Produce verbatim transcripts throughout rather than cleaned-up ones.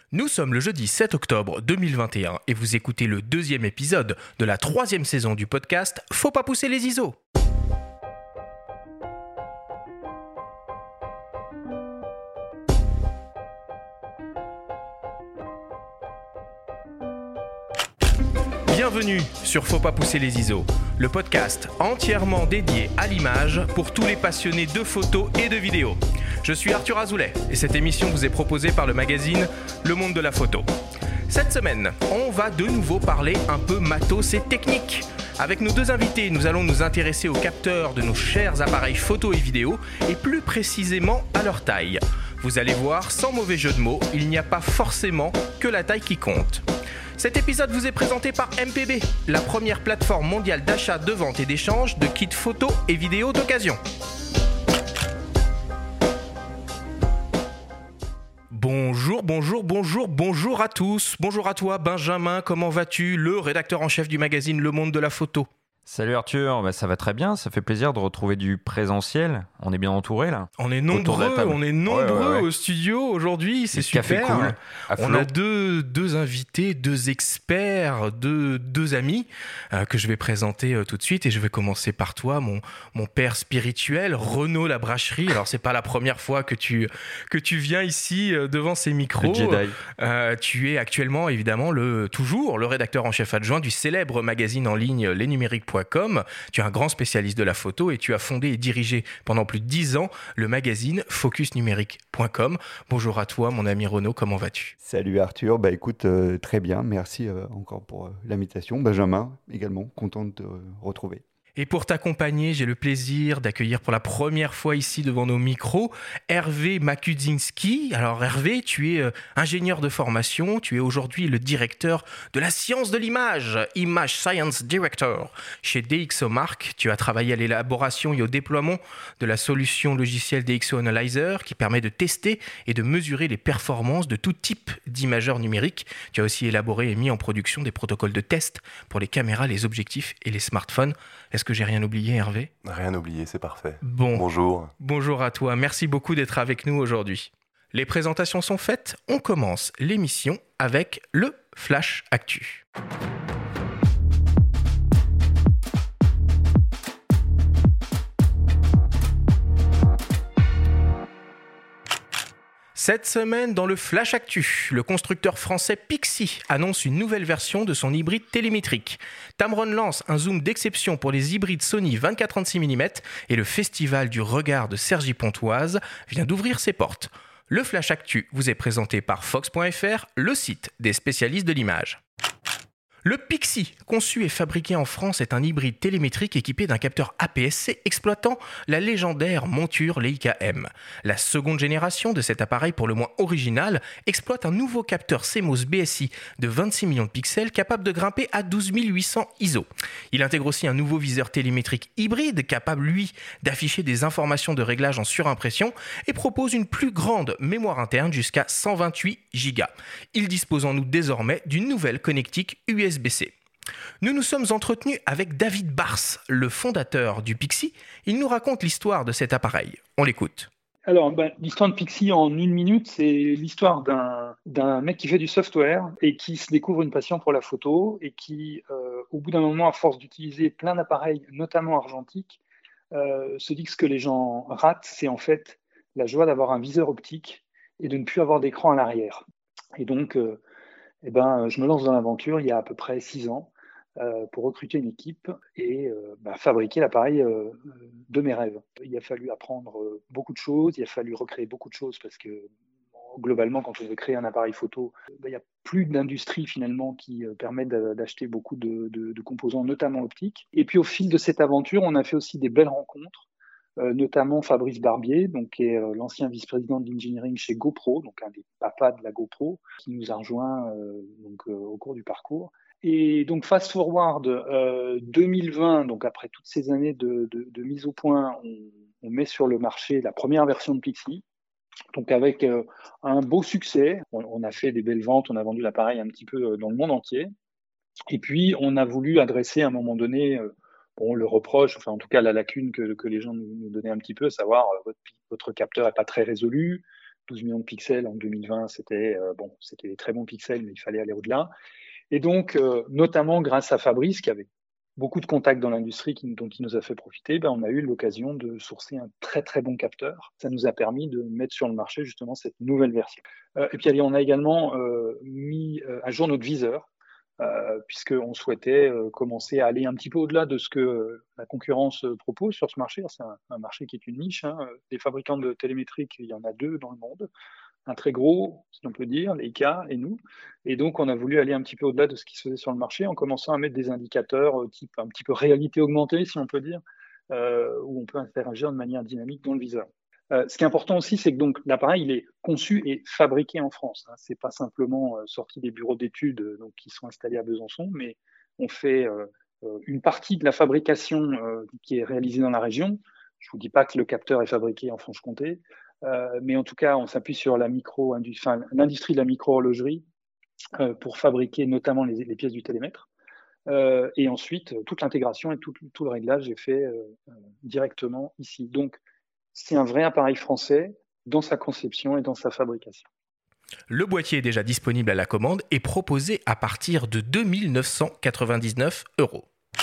Nous sommes le jeudi sept octobre deux mille vingt et un et vous écoutez le deuxième épisode de la troisième saison du podcast Faut pas pousser les I S O. Bienvenue sur Faut pas pousser les I S O, le podcast entièrement dédié à l'image pour tous les passionnés de photos et de vidéos. Je suis Arthur Azoulay et cette émission vous est proposée par le magazine Le Monde de la Photo. Cette semaine, on va de nouveau parler un peu matos et technique. Avec nos deux invités, nous allons nous intéresser aux capteurs de nos chers appareils photo et vidéo et plus précisément à leur taille. Vous allez voir, sans mauvais jeu de mots, il n'y a pas forcément que la taille qui compte. Cet épisode vous est présenté par M P B, la première plateforme mondiale d'achat, de vente et d'échange de kits photos et vidéos d'occasion. Bonjour, bonjour, bonjour, bonjour à tous. Bonjour à toi, Benjamin, comment vas-tu, le rédacteur en chef du magazine Le Monde de la Photo? Salut Arthur, bah ça va très bien, ça fait plaisir de retrouver du présentiel. On est bien entouré là. On est nombreux, on est nombreux ouais, ouais, ouais. au studio aujourd'hui, c'est super. Café cool. On a deux, deux invités, deux experts, deux, deux amis euh, que je vais présenter euh, tout de suite et je vais commencer par toi, mon, mon père spirituel, Renaud Labracherie. Alors c'est pas la première fois que tu, que tu viens ici euh, devant ces micros. Le Jedi. Euh, tu es actuellement évidemment le, toujours le rédacteur en chef adjoint du célèbre magazine en ligne lesnumériques point com. Tu es un grand spécialiste de la photo et tu as fondé et dirigé pendant plus de dix ans le magazine focus numérique point com. Bonjour à toi, mon ami Renaud, comment vas-tu? Salut Arthur, bah écoute, euh, très bien, merci euh, encore pour euh, l'invitation. Benjamin, également, content de te euh, retrouver. Et pour t'accompagner, j'ai le plaisir d'accueillir pour la première fois ici devant nos micros Hervé Makudzinski. Alors Hervé, tu es euh, ingénieur de formation, tu es aujourd'hui le directeur de la science de l'image, Image Science Director chez DxOMark. Tu as travaillé à l'élaboration et au déploiement de la solution logicielle DxOAnalyzer qui permet de tester et de mesurer les performances de tout type d'imageurs numériques. Tu as aussi élaboré et mis en production des protocoles de test pour les caméras, les objectifs et les smartphones. Est-ce que j'ai rien oublié, Hervé? Rien oublié, c'est parfait. Bon. Bonjour. Bonjour à toi, merci beaucoup d'être avec nous aujourd'hui. Les présentations sont faites, on commence l'émission avec le Flash Actu. Cette semaine, dans le Flash Actu, le constructeur français Pixi annonce une nouvelle version de son hybride télémétrique. Tamron lance un zoom d'exception pour les hybrides Sony vingt-quatre trente-six millimètres et le Festival du regard de Cergy-Pontoise vient d'ouvrir ses portes. Le Flash Actu vous est présenté par Fox point F R, le site des spécialistes de l'image. Le Pixi, conçu et fabriqué en France, est un hybride télémétrique équipé d'un capteur A P S C exploitant la légendaire monture Leica M. La seconde génération de cet appareil, pour le moins original, exploite un nouveau capteur C M O S B S I de vingt-six millions de pixels capable de grimper à douze mille huit cents I S O. Il intègre aussi un nouveau viseur télémétrique hybride capable, lui, d'afficher des informations de réglage en surimpression et propose une plus grande mémoire interne jusqu'à cent vingt-huit giga. Il dispose en outre désormais d'une nouvelle connectique U S B-C. Nous nous sommes entretenus avec David Bars, le fondateur du Pixi. Il nous raconte l'histoire de cet appareil. On l'écoute. Alors, ben, l'histoire de Pixi en une minute, c'est l'histoire d'un, d'un mec qui fait du software et qui se découvre une passion pour la photo et qui, euh, au bout d'un moment, à force d'utiliser plein d'appareils, notamment argentiques, euh, se dit que ce que les gens ratent, c'est en fait la joie d'avoir un viseur optique et de ne plus avoir d'écran à l'arrière. Et donc, euh, eh ben, je me lance dans l'aventure il y a à peu près six ans euh, pour recruter une équipe et euh, bah, fabriquer l'appareil euh, de mes rêves. Il a fallu apprendre euh, beaucoup de choses, il a fallu recréer beaucoup de choses parce que bon, globalement, quand on veut créer un appareil photo, bah, il n'y a plus d'industrie finalement qui euh, permet d'acheter beaucoup de, de, de composants, notamment optiques. Et puis au fil de cette aventure, on a fait aussi des belles rencontres. Euh, notamment Fabrice Barbier, donc, qui est euh, l'ancien vice-président de l'engineering chez GoPro, donc un des papas de la GoPro, qui nous a rejoints euh, donc, euh, au cours du parcours. Et donc, fast forward euh, deux mille vingt, donc après toutes ces années de, de, de mise au point, on, on met sur le marché la première version de Pixi, donc avec euh, un beau succès. On, on a fait des belles ventes, on a vendu l'appareil un petit peu dans le monde entier. Et puis, on a voulu adresser à un moment donné euh, bon, le reproche, enfin en tout cas la lacune que, que les gens nous, nous donnaient un petit peu, à savoir euh, votre, votre capteur n'est pas très résolu, douze millions de pixels en deux mille vingt, c'était euh, bon, c'était des très bons pixels, mais il fallait aller au-delà. Et donc, euh, notamment grâce à Fabrice, qui avait beaucoup de contacts dans l'industrie qui, dont il nous a fait profiter, ben, on a eu l'occasion de sourcer un très très bon capteur. Ça nous a permis de mettre sur le marché justement cette nouvelle version. Euh, et puis on a également euh, mis euh, à jour notre viseur, euh, puisqu'on souhaitait euh, commencer à aller un petit peu au-delà de ce que euh, la concurrence propose sur ce marché. C'est un, un marché qui est une niche. Hein. Des fabricants de télémétriques, il y en a deux dans le monde. Un très gros, si on peut dire, Leica et nous. Et donc, on a voulu aller un petit peu au-delà de ce qui se faisait sur le marché en commençant à mettre des indicateurs euh, type un petit peu réalité augmentée, si on peut dire, euh, où on peut interagir de manière dynamique dans le viseur. Euh, ce qui est important aussi, c'est que donc l'appareil il est conçu et fabriqué en France. Hein. C'est pas simplement euh, sorti des bureaux d'études euh, donc qui sont installés à Besançon, mais on fait euh, une partie de la fabrication euh, qui est réalisée dans la région. Je vous dis pas que le capteur est fabriqué en Franche-Comté. Euh, mais en tout cas, on s'appuie sur la micro, enfin, l'industrie de la micro-horlogerie euh, pour fabriquer notamment les, les pièces du télémètre. Euh, et ensuite, toute l'intégration et tout, tout le réglage est fait euh, euh, directement ici. Donc, c'est un vrai appareil français dans sa conception et dans sa fabrication. Le boîtier est déjà disponible à la commande et proposé à partir de deux mille neuf cent quatre-vingt-dix-neuf euros.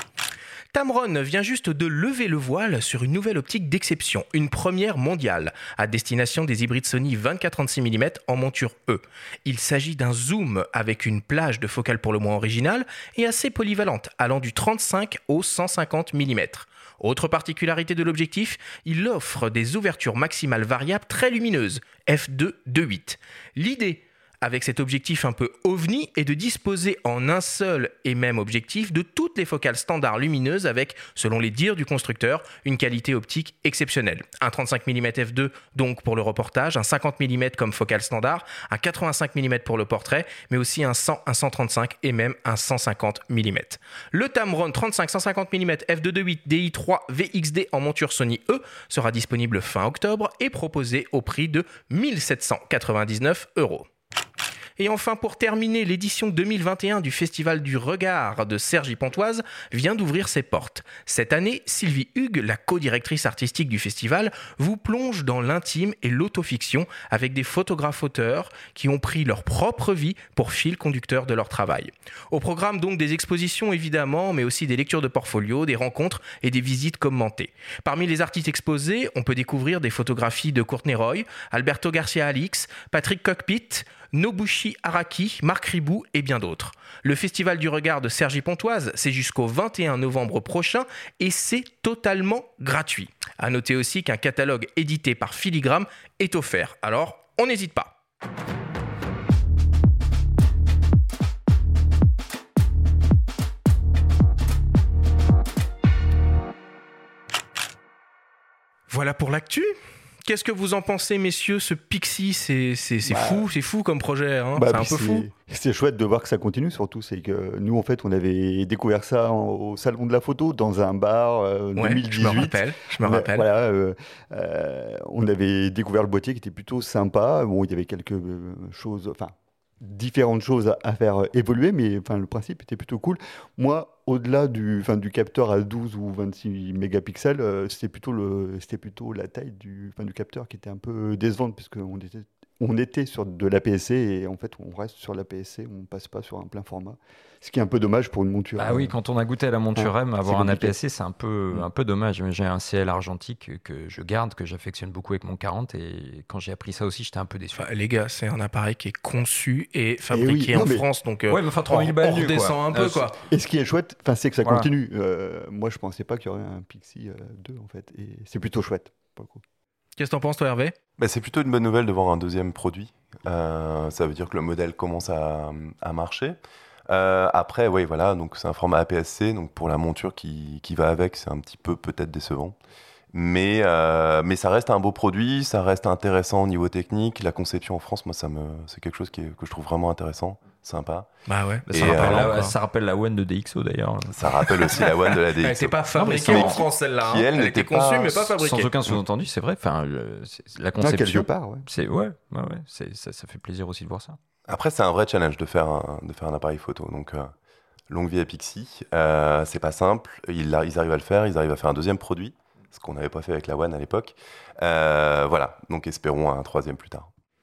Tamron vient juste de lever le voile sur une nouvelle optique d'exception, une première mondiale, à destination des hybrides Sony vingt-quatre trente-six millimètres en monture E. Il s'agit d'un zoom avec une plage de focale pour le moins originale et assez polyvalente, allant du trente-cinq au cent cinquante millimètres. Autre particularité de l'objectif, il offre des ouvertures maximales variables très lumineuses, f deux deux huit. L'idée avec cet objectif un peu ovni est de disposer en un seul et même objectif de toutes les focales standards lumineuses avec, selon les dires du constructeur, une qualité optique exceptionnelle. Un trente-cinq millimètres f deux donc pour le reportage, un cinquante millimètres comme focale standard, un quatre-vingt-cinq millimètres pour le portrait, mais aussi un cent, un cent trente-cinq et même un cent cinquante millimètres. Le Tamron trente-cinq cent cinquante millimètres f deux deux huit D I trois V X D en monture Sony E sera disponible fin octobre et proposé au prix de mille sept cent quatre-vingt-dix-neuf euros. Et enfin, pour terminer, l'édition deux mille vingt et un du Festival du Regard de Cergy-Pontoise vient d'ouvrir ses portes. Cette année, Sylvie Hugues, la co-directrice artistique du festival, vous plonge dans l'intime et l'autofiction avec des photographes-auteurs qui ont pris leur propre vie pour fil conducteur de leur travail. Au programme donc des expositions évidemment, mais aussi des lectures de portfolio, des rencontres et des visites commentées. Parmi les artistes exposés, on peut découvrir des photographies de Courtney Roy, Alberto Garcia Alix, Patrick Cockpit, Nobushi Araki, Marc Ribou et bien d'autres. Le Festival du Regard de Cergy-Pontoise, c'est jusqu'au vingt et un novembre prochain et c'est totalement gratuit. À noter aussi qu'un catalogue édité par Filigrane est offert, alors on n'hésite pas. Voilà pour l'actu. Qu'est-ce que vous en pensez, messieurs? Ce Pixie, c'est, c'est, c'est bah, fou, c'est fou comme projet, hein. Bah, c'est un peu c'est, fou. C'est chouette de voir que ça continue, surtout. C'est que nous, en fait, on avait découvert ça en, au Salon de la Photo, dans un bar euh, ouais, deux mille dix-huit. Je me rappelle, je me rappelle. Voilà, euh, euh, on avait découvert le boîtier qui était plutôt sympa. Bon, il y avait quelques choses, enfin, différentes choses à, à faire évoluer, mais enfin, le principe était plutôt cool. Moi, au-delà du, enfin, du capteur à douze ou vingt-six mégapixels, euh, c'était, plutôt le, c'était plutôt la taille du, enfin, du capteur qui était un peu décevante, puisqu'on était, on était sur de l'A P S C et en fait, on reste sur l'A P S C, on ne passe pas sur un plein format. Ce qui est un peu dommage pour une monture. Ah euh, oui, quand on a goûté à la monture M, avoir un A P S C, c'est un peu, mmh. un peu dommage. J'ai un C L argentique que je garde, que j'affectionne beaucoup avec mon quarante, et quand j'ai appris ça aussi, j'étais un peu déçu. Enfin, les gars, c'est un appareil qui est conçu et fabriqué et oui, en mais... France, donc euh, ouais, mais enfin, trois mille on, balles on redescend quoi. un peu. Euh, quoi. Et ce qui est chouette, c'est que ça voilà. continue. Euh, moi, je ne pensais pas qu'il y aurait un Pixie deux, en fait, et c'est plutôt chouette. Pour le coup. Qu'est-ce que t'en penses, toi, Hervé? Bah, c'est plutôt une bonne nouvelle de voir un deuxième produit. Euh, ça veut dire que le modèle commence à, à marcher. Euh, après, oui, voilà, donc c'est un format A P S C, donc pour la monture qui, qui va avec, c'est un petit peu peut-être décevant. Mais, euh, mais ça reste un beau produit, ça reste intéressant au niveau technique. La conception en France, moi, ça me, c'est quelque chose qui est, que je trouve vraiment intéressant, sympa. Bah ouais, ça, rappelle euh, la, ça rappelle la One de D X O d'ailleurs. Ça rappelle aussi la One de la D X O. Elle n'était pas fabriquée non, en France celle-là. Qui, elle, elle était conçue mais pas fabriquée. Sans aucun sous-entendu, c'est vrai. Enfin, le, c'est, la conception. Ah, quelque part, ouais. C'est ouais, ouais, ouais. C'est, ça, ça fait plaisir aussi de voir ça. Après, c'est un vrai challenge de faire un, de faire un appareil photo. Donc, euh, longue vie à Pixie. Euh, c'est pas simple. Ils, ils arrivent à le faire. Ils arrivent à faire un deuxième produit, ce qu'on n'avait pas fait avec la One à l'époque. Euh, voilà. Donc, espérons un troisième plus tard.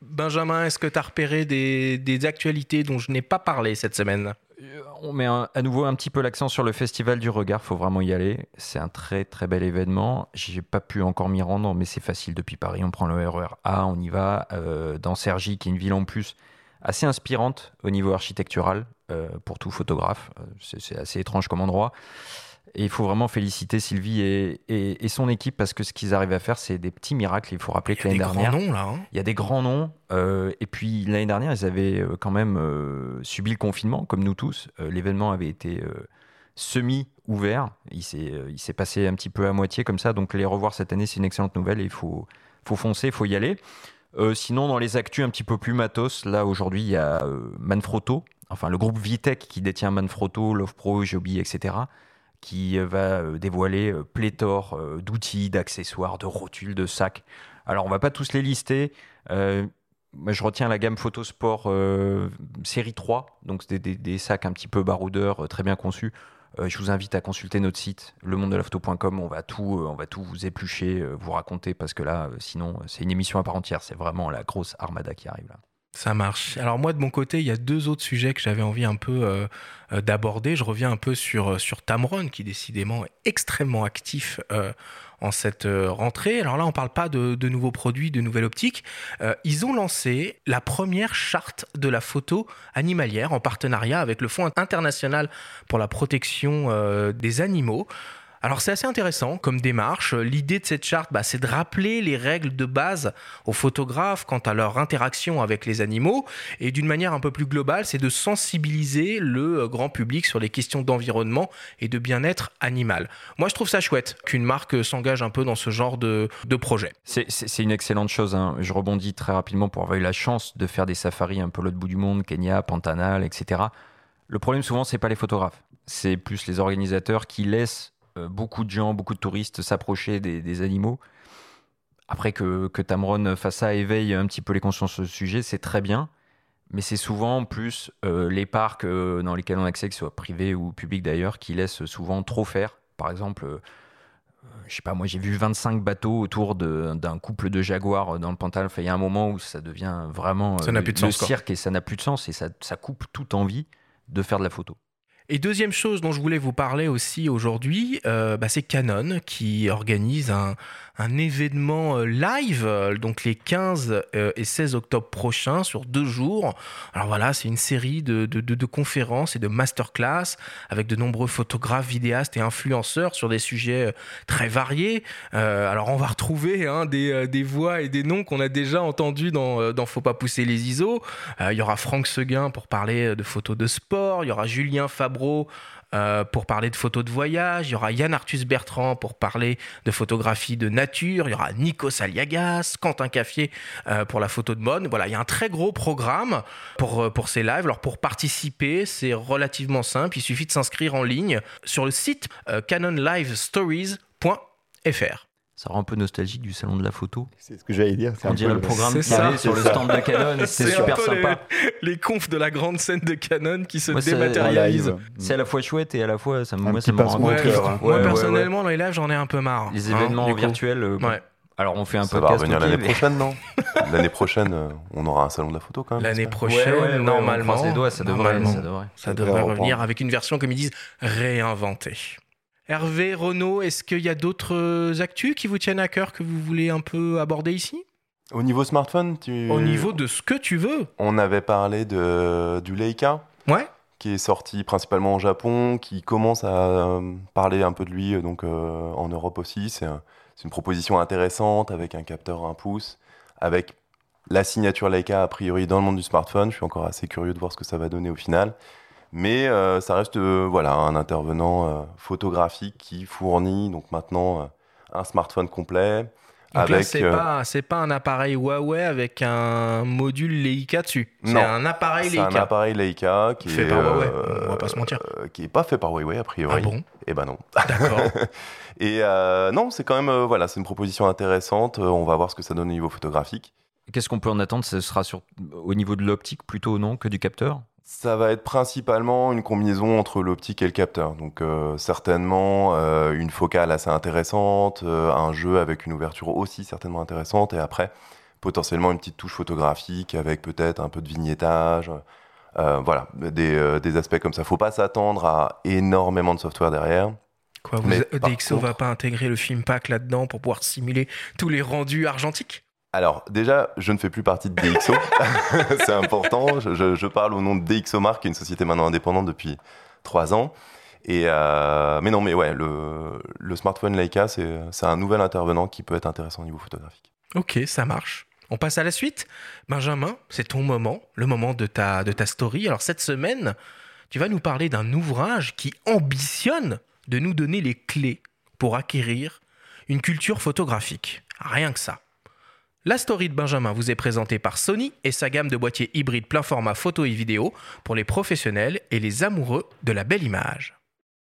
Benjamin, est-ce que tu as repéré des, des actualités dont je n'ai pas parlé cette semaine ? On met un, à nouveau un petit peu l'accent sur le Festival du Regard, il faut vraiment y aller. C'est un très très bel événement. J'ai pas pu encore m'y rendre, mais c'est facile depuis Paris. On prend le R E R A, on y va. Euh, dans Cergy, qui est une ville en plus assez inspirante au niveau architectural euh, pour tout photographe. C'est, c'est assez étrange comme endroit. Et il faut vraiment féliciter Sylvie et, et, et son équipe parce que ce qu'ils arrivent à faire, c'est des petits miracles. Il faut rappeler que l'année dernière, il y a des grands noms là. Hein. Il y a des grands noms. Euh, et puis l'année dernière, ils avaient quand même euh, subi le confinement, comme nous tous. Euh, l'événement avait été euh, semi-ouvert. Il s'est, euh, il s'est passé un petit peu à moitié comme ça. Donc les revoir cette année, c'est une excellente nouvelle. Et il faut, faut foncer, il faut y aller. Euh, sinon, dans les actus un petit peu plus matos, là aujourd'hui, il y a euh, Manfrotto, enfin le groupe Vitek qui détient Manfrotto, Lovepro, Joby, et cetera, qui va dévoiler pléthore d'outils, d'accessoires, de rotules, de sacs. Alors, on ne va pas tous les lister. Euh, moi, je retiens la gamme Photosport euh, série trois, donc c'est des, des, des sacs un petit peu baroudeurs, très bien conçus. Euh, je vous invite à consulter notre site, le monde de la photo point com. On va tout, euh, on va tout vous éplucher, euh, vous raconter, parce que là, euh, sinon, c'est une émission à part entière. C'est vraiment la grosse armada qui arrive là. Ça marche. Alors moi, de mon côté, il y a deux autres sujets que j'avais envie un peu euh, euh, d'aborder. Je reviens un peu sur, sur Tamron, qui décidément est extrêmement actif euh, en cette euh, rentrée. Alors là, on ne parle pas de, de nouveaux produits, de nouvelles optiques. Euh, ils ont lancé la première charte de la photo animalière en partenariat avec le Fonds international pour la protection euh, des animaux. Alors c'est assez intéressant comme démarche. L'idée de cette charte, bah, c'est de rappeler les règles de base aux photographes quant à leur interaction avec les animaux. Et d'une manière un peu plus globale, c'est de sensibiliser le grand public sur les questions d'environnement et de bien-être animal. Moi, je trouve ça chouette qu'une marque s'engage un peu dans ce genre de, de projet. C'est, c'est, c'est une excellente chose. Hein. Je rebondis très rapidement pour avoir eu la chance de faire des safaris un peu l'autre bout du monde, Kenya, Pantanal, et cetera. Le problème souvent, c'est pas les photographes. C'est plus les organisateurs qui laissent beaucoup de gens, beaucoup de touristes s'approcher des, des animaux. Après que, que Tamron fasse ça, éveille un petit peu les consciences sur ce sujet, c'est très bien, mais c'est souvent plus euh, les parcs euh, dans lesquels on accède, que ce soit privés ou publics d'ailleurs, qui laissent souvent trop faire. Par exemple, euh, je sais pas, moi j'ai vu vingt-cinq bateaux autour de, d'un couple de jaguars dans le Pantanal. Enfin, il y a un moment où ça devient vraiment ça n'a plus de le sens, cirque quoi. Et ça n'a plus de sens et ça, ça coupe toute envie de faire de la photo. Et deuxième chose dont je voulais vous parler aussi aujourd'hui, euh, bah c'est Canon qui organise un, un événement live, donc les quinze et seize octobre prochains, sur deux jours. Alors voilà, c'est une série de, de, de, de conférences et de masterclass avec de nombreux photographes, vidéastes et influenceurs sur des sujets très variés. Euh, alors on va retrouver hein, des, des voix et des noms qu'on a déjà entendus dans, dans Faut pas pousser les I S O. Euh, il y aura Franck Seguin pour parler de photos de sport, il y aura Julien Fabreau Euh, pour parler de photos de voyage, il y aura Yann Arthus Bertrand pour parler de photographie de nature, il y aura Nikos Aliagas, Quentin Caffier euh, pour la photo de mode. Voilà, il y a un très gros programme pour, pour ces lives. Alors pour participer, c'est relativement simple, il suffit de s'inscrire en ligne sur le site euh, canon live stories point f r. Ça rend un peu nostalgique du salon de la photo. C'est ce que j'allais dire. C'est on un dirait peu le programme c'est qu'il y avait ça, sur le ça. stand de Canon. C'était C'est super un peu sympa. Les, les confs de la grande scène de Canon qui se Moi, c'est- dématérialisent. live. C'est à la fois chouette et à la fois ça, me- Un moi, petit ça me rend pincement au compte. cœur, hein. Moi Ouais, ouais, personnellement, ouais. dans les lives, j'en ai un peu marre. Les hein, événements du coup. virtuels. euh, bon. Ouais. Alors on fait un Ça va podcast. revenir ok, l'année mais- prochaine, non L'année prochaine, euh, on aura un salon de la photo quand même. L'année j'espère. prochaine, Ouais, ouais, ouais, normalement, on croise les doigts, ça devrait, normalement, ça devrait. ça Ça devrait devrait revenir reprendre. avec une version, comme ils disent, réinventée. Hervé, Renaud, est-ce qu'il y a d'autres actus qui vous tiennent à cœur que vous voulez un peu aborder ici ? Au niveau smartphone, tu... Au niveau de ce que tu veux. on avait parlé de, du Leica, Ouais. qui est sorti principalement au Japon, qui commence à euh, parler un peu de lui euh, donc, euh, en Europe aussi. C'est, un- c'est une proposition intéressante avec un capteur un pouce, avec la signature Leica a priori dans le monde du smartphone. Je suis encore assez curieux de voir ce que ça va donner au final. Mais euh, ça reste euh, voilà, un intervenant euh, photographique qui fournit donc maintenant euh, un smartphone complet. Donc là, avec, c'est, euh, pas, c'est pas un appareil Huawei avec un module Leica dessus. C'est Non. un appareil C'est un Leica. appareil Leica qui Fait est, par Huawei, euh, on va pas se mentir. euh, qui est pas fait par Huawei a priori. Ah bon ? Eh ben non. D'accord. Et euh, non, c'est quand même euh, voilà, c'est une proposition intéressante. Euh, on va voir ce que ça donne au niveau photographique. Qu'est-ce qu'on peut en attendre ? Ce sera sur, au niveau de l'optique plutôt, non, que du capteur ? Ça va être principalement une combinaison entre l'optique et le capteur. Donc euh, certainement euh, une focale assez intéressante, euh, un jeu avec une ouverture aussi certainement intéressante. Et après, potentiellement une petite touche photographique avec peut-être un peu de vignettage, euh, voilà, des, euh, des aspects comme ça. Faut pas s'attendre à énormément de software derrière. Quoi, vous, Mais D X O contre... va pas intégrer le film pack là-dedans pour pouvoir simuler tous les rendus argentiques ? Alors déjà, je ne fais plus partie de D X O, c'est important, je, je, je parle au nom de D X O Mark, qui est une société maintenant indépendante depuis trois ans. Et euh, mais non, mais ouais, le, le smartphone Leica, c'est, c'est un nouvel intervenant qui peut être intéressant au niveau photographique. Ok, ça marche. On passe à la suite. Benjamin, c'est ton moment, le moment de ta, de ta story. Alors cette semaine, tu vas nous parler d'un ouvrage qui ambitionne de nous donner les clés pour acquérir une culture photographique. Rien que ça. La story de Benjamin vous est présentée par Sony et sa gamme de boîtiers hybrides plein format photo et vidéo pour les professionnels et les amoureux de la belle image.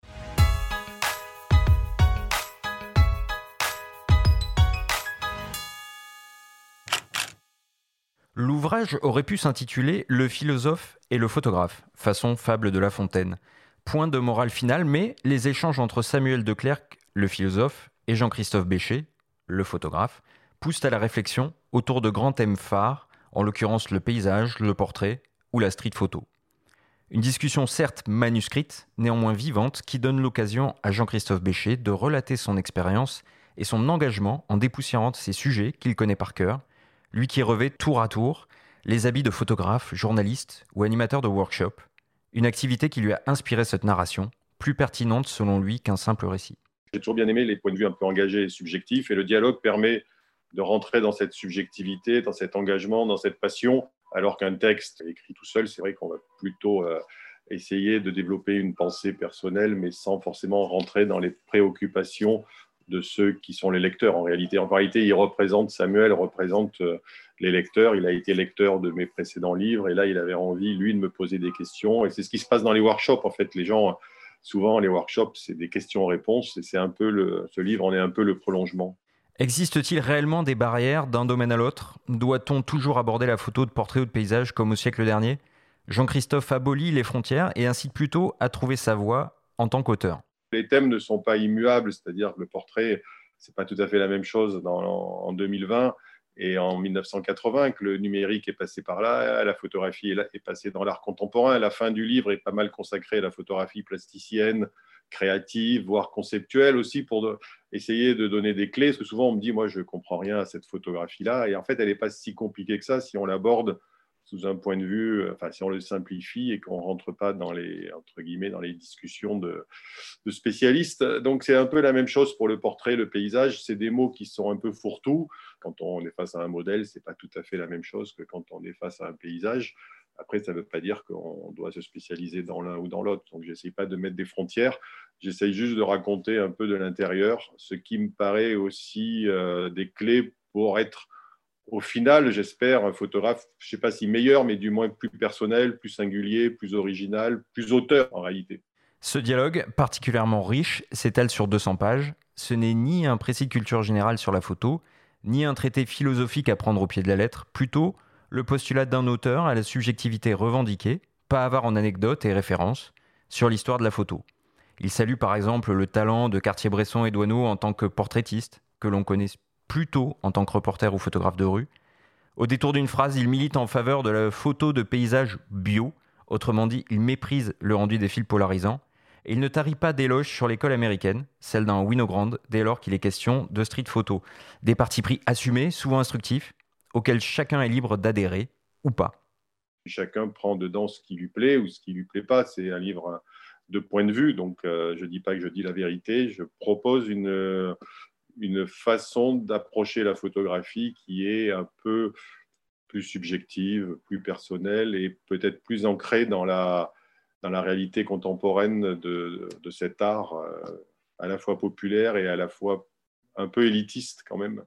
L'ouvrage aurait pu s'intituler « Le philosophe et le photographe », façon fable de La Fontaine. Point de morale finale, mais les échanges entre Samuel de Clercq, le philosophe, et Jean-Christophe Béchet, le photographe, poussent à la réflexion autour de grands thèmes phares, en l'occurrence le paysage, le portrait ou la street photo. Une discussion certes manuscrite, néanmoins vivante, qui donne l'occasion à Jean-Christophe Béchet de relater son expérience et son engagement en dépoussiérant ces sujets qu'il connaît par cœur, lui qui revêt tour à tour les habits de photographe, journaliste ou animateur de workshop, une activité qui lui a inspiré cette narration, plus pertinente selon lui qu'un simple récit. J'ai toujours bien aimé les points de vue un peu engagés et subjectifs, et le dialogue permet de rentrer dans cette subjectivité, dans cet engagement, dans cette passion, alors qu'un texte écrit tout seul, c'est vrai qu'on va plutôt euh, essayer de développer une pensée personnelle, mais sans forcément rentrer dans les préoccupations de ceux qui sont les lecteurs. En réalité, en réalité, il représente, Samuel représente euh, les lecteurs. Il a été lecteur de mes précédents livres, et là, il avait envie, lui, de me poser des questions. Et c'est ce qui se passe dans les workshops, en fait. Les gens, souvent, les workshops, c'est des questions-réponses, et c'est un peu le, ce livre en est un peu le prolongement. Existe-t-il réellement des barrières d'un domaine à l'autre ? Doit-on toujours aborder la photo de portrait ou de paysage comme au siècle dernier ? Jean-Christophe abolit les frontières et incite plutôt à trouver sa voie en tant qu'auteur. Les thèmes ne sont pas immuables, c'est-à-dire que le portrait, ce n'est pas tout à fait la même chose dans, en deux mille vingt et en mille neuf cent quatre-vingts, que le numérique est passé par là, la photographie est, là, est passée dans l'art contemporain. La fin du livre est pas mal consacrée à la photographie plasticienne, créative, voire conceptuelle aussi, pour de, essayer de donner des clés. Parce que souvent, on me dit, moi, je ne comprends rien à cette photographie-là. Et en fait, elle n'est pas si compliquée que ça si on l'aborde sous un point de vue, enfin, si on le simplifie et qu'on ne rentre pas dans les, entre guillemets, dans les discussions de, de spécialistes. Donc, c'est un peu la même chose pour le portrait, le paysage. C'est des mots qui sont un peu fourre-tout. Quand on est face à un modèle, ce n'est pas tout à fait la même chose que quand on est face à un paysage. Après, ça ne veut pas dire qu'on doit se spécialiser dans l'un ou dans l'autre. Donc, je n'essaye pas de mettre des frontières. J'essaye juste de raconter un peu de l'intérieur, ce qui me paraît aussi euh, des clés pour être, au final, j'espère, un photographe, je ne sais pas si meilleur, mais du moins plus personnel, plus singulier, plus original, plus auteur en réalité. Ce dialogue, particulièrement riche, s'étale sur deux cents pages. Ce n'est ni un précis de culture générale sur la photo, ni un traité philosophique à prendre au pied de la lettre, plutôt le postulat d'un auteur à la subjectivité revendiquée, pas avare en anecdotes et références, sur l'histoire de la photo. Il salue par exemple le talent de Cartier-Bresson et Doisneau en tant que portraitiste, que l'on connaît plutôt en tant que reporter ou photographe de rue. Au détour d'une phrase, il milite en faveur de la photo de paysage bio, autrement dit, il méprise le rendu des fils polarisants, et il ne tarit pas d'éloges sur l'école américaine, celle d'un Winogrand, dès lors qu'il est question de street photo. Des partis pris assumés, souvent instructifs, auxquels chacun est libre d'adhérer ou pas. Chacun prend dedans ce qui lui plaît ou ce qui ne lui plaît pas. C'est un livre de point de vue, donc euh, je ne dis pas que je dis la vérité. Je propose une, une façon d'approcher la photographie qui est un peu plus subjective, plus personnelle et peut-être plus ancrée dans la, dans la réalité contemporaine de, de cet art euh, à la fois populaire et à la fois un peu élitiste quand même.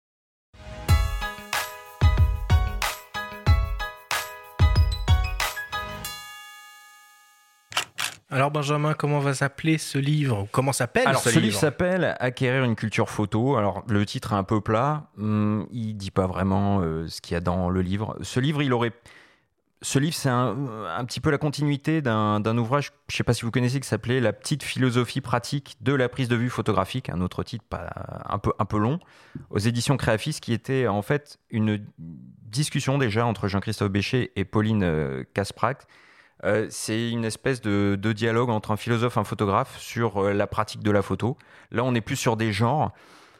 Alors Benjamin, comment va s'appeler ce livre ? Comment s'appelle Alors, ce, ce livre livre s'appelle « Acquérir une culture photo ». Alors, le titre est un peu plat. Hum, il ne dit pas vraiment euh, ce qu'il y a dans le livre. Ce livre, il aurait Ce livre, c'est un, un petit peu la continuité d'un, d'un ouvrage, je ne sais pas si vous connaissez, qui s'appelait « La petite philosophie pratique de la prise de vue photographique », un autre titre pas, un, peu, un peu long, aux éditions Créafis, qui était en fait une discussion déjà entre Jean-Christophe Béchet et Pauline Kasprad. Euh, c'est une espèce de, de dialogue entre un philosophe et un photographe sur euh, la pratique de la photo. Là, on est plus sur des genres.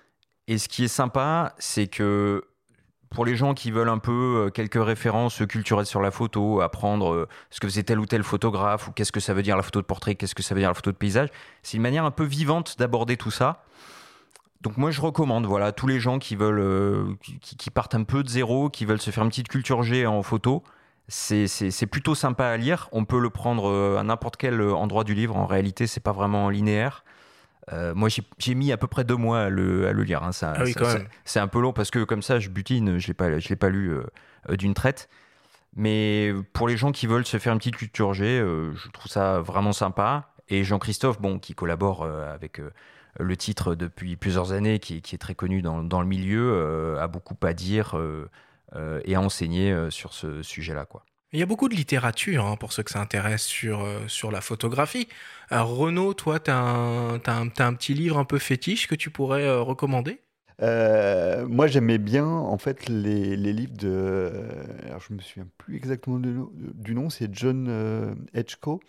Et ce qui est sympa, c'est que pour les gens qui veulent un peu quelques références culturelles sur la photo, apprendre ce que faisait tel ou tel photographe, ou qu'est-ce que ça veut dire la photo de portrait, qu'est-ce que ça veut dire la photo de paysage, c'est une manière un peu vivante d'aborder tout ça. Donc moi je recommande, voilà, tous les gens qui veulent, euh, qui, qui partent un peu de zéro, qui veulent se faire une petite culture G en photo, c'est, c'est, c'est plutôt sympa à lire. On peut le prendre à n'importe quel endroit du livre. En réalité, c'est pas vraiment linéaire. Euh, moi, j'ai, j'ai mis à peu près deux mois à le, à le lire. Hein. Ça, ah oui, ça, quand ça, même. C'est un peu long parce que comme ça, je butine, je l'ai pas, je l'ai pas lu euh, d'une traite. Mais pour les gens qui veulent se faire une petite culture G, euh, je trouve ça vraiment sympa. Et Jean-Christophe, bon, qui collabore euh, avec euh, le titre depuis plusieurs années, qui, qui est très connu dans, dans le milieu, euh, a beaucoup à dire euh, euh, et à enseigner euh, sur ce sujet-là, quoi. Il y a beaucoup de littérature, hein, pour ceux que ça intéresse, sur, euh, sur la photographie. Alors, Renaud, toi, tu as un, t'as un, t'as un petit livre un peu fétiche que tu pourrais euh, recommander ? Euh, moi, j'aimais bien en fait les, les livres de. Alors, je me souviens plus exactement du, du nom. C'est John euh, Edgeco,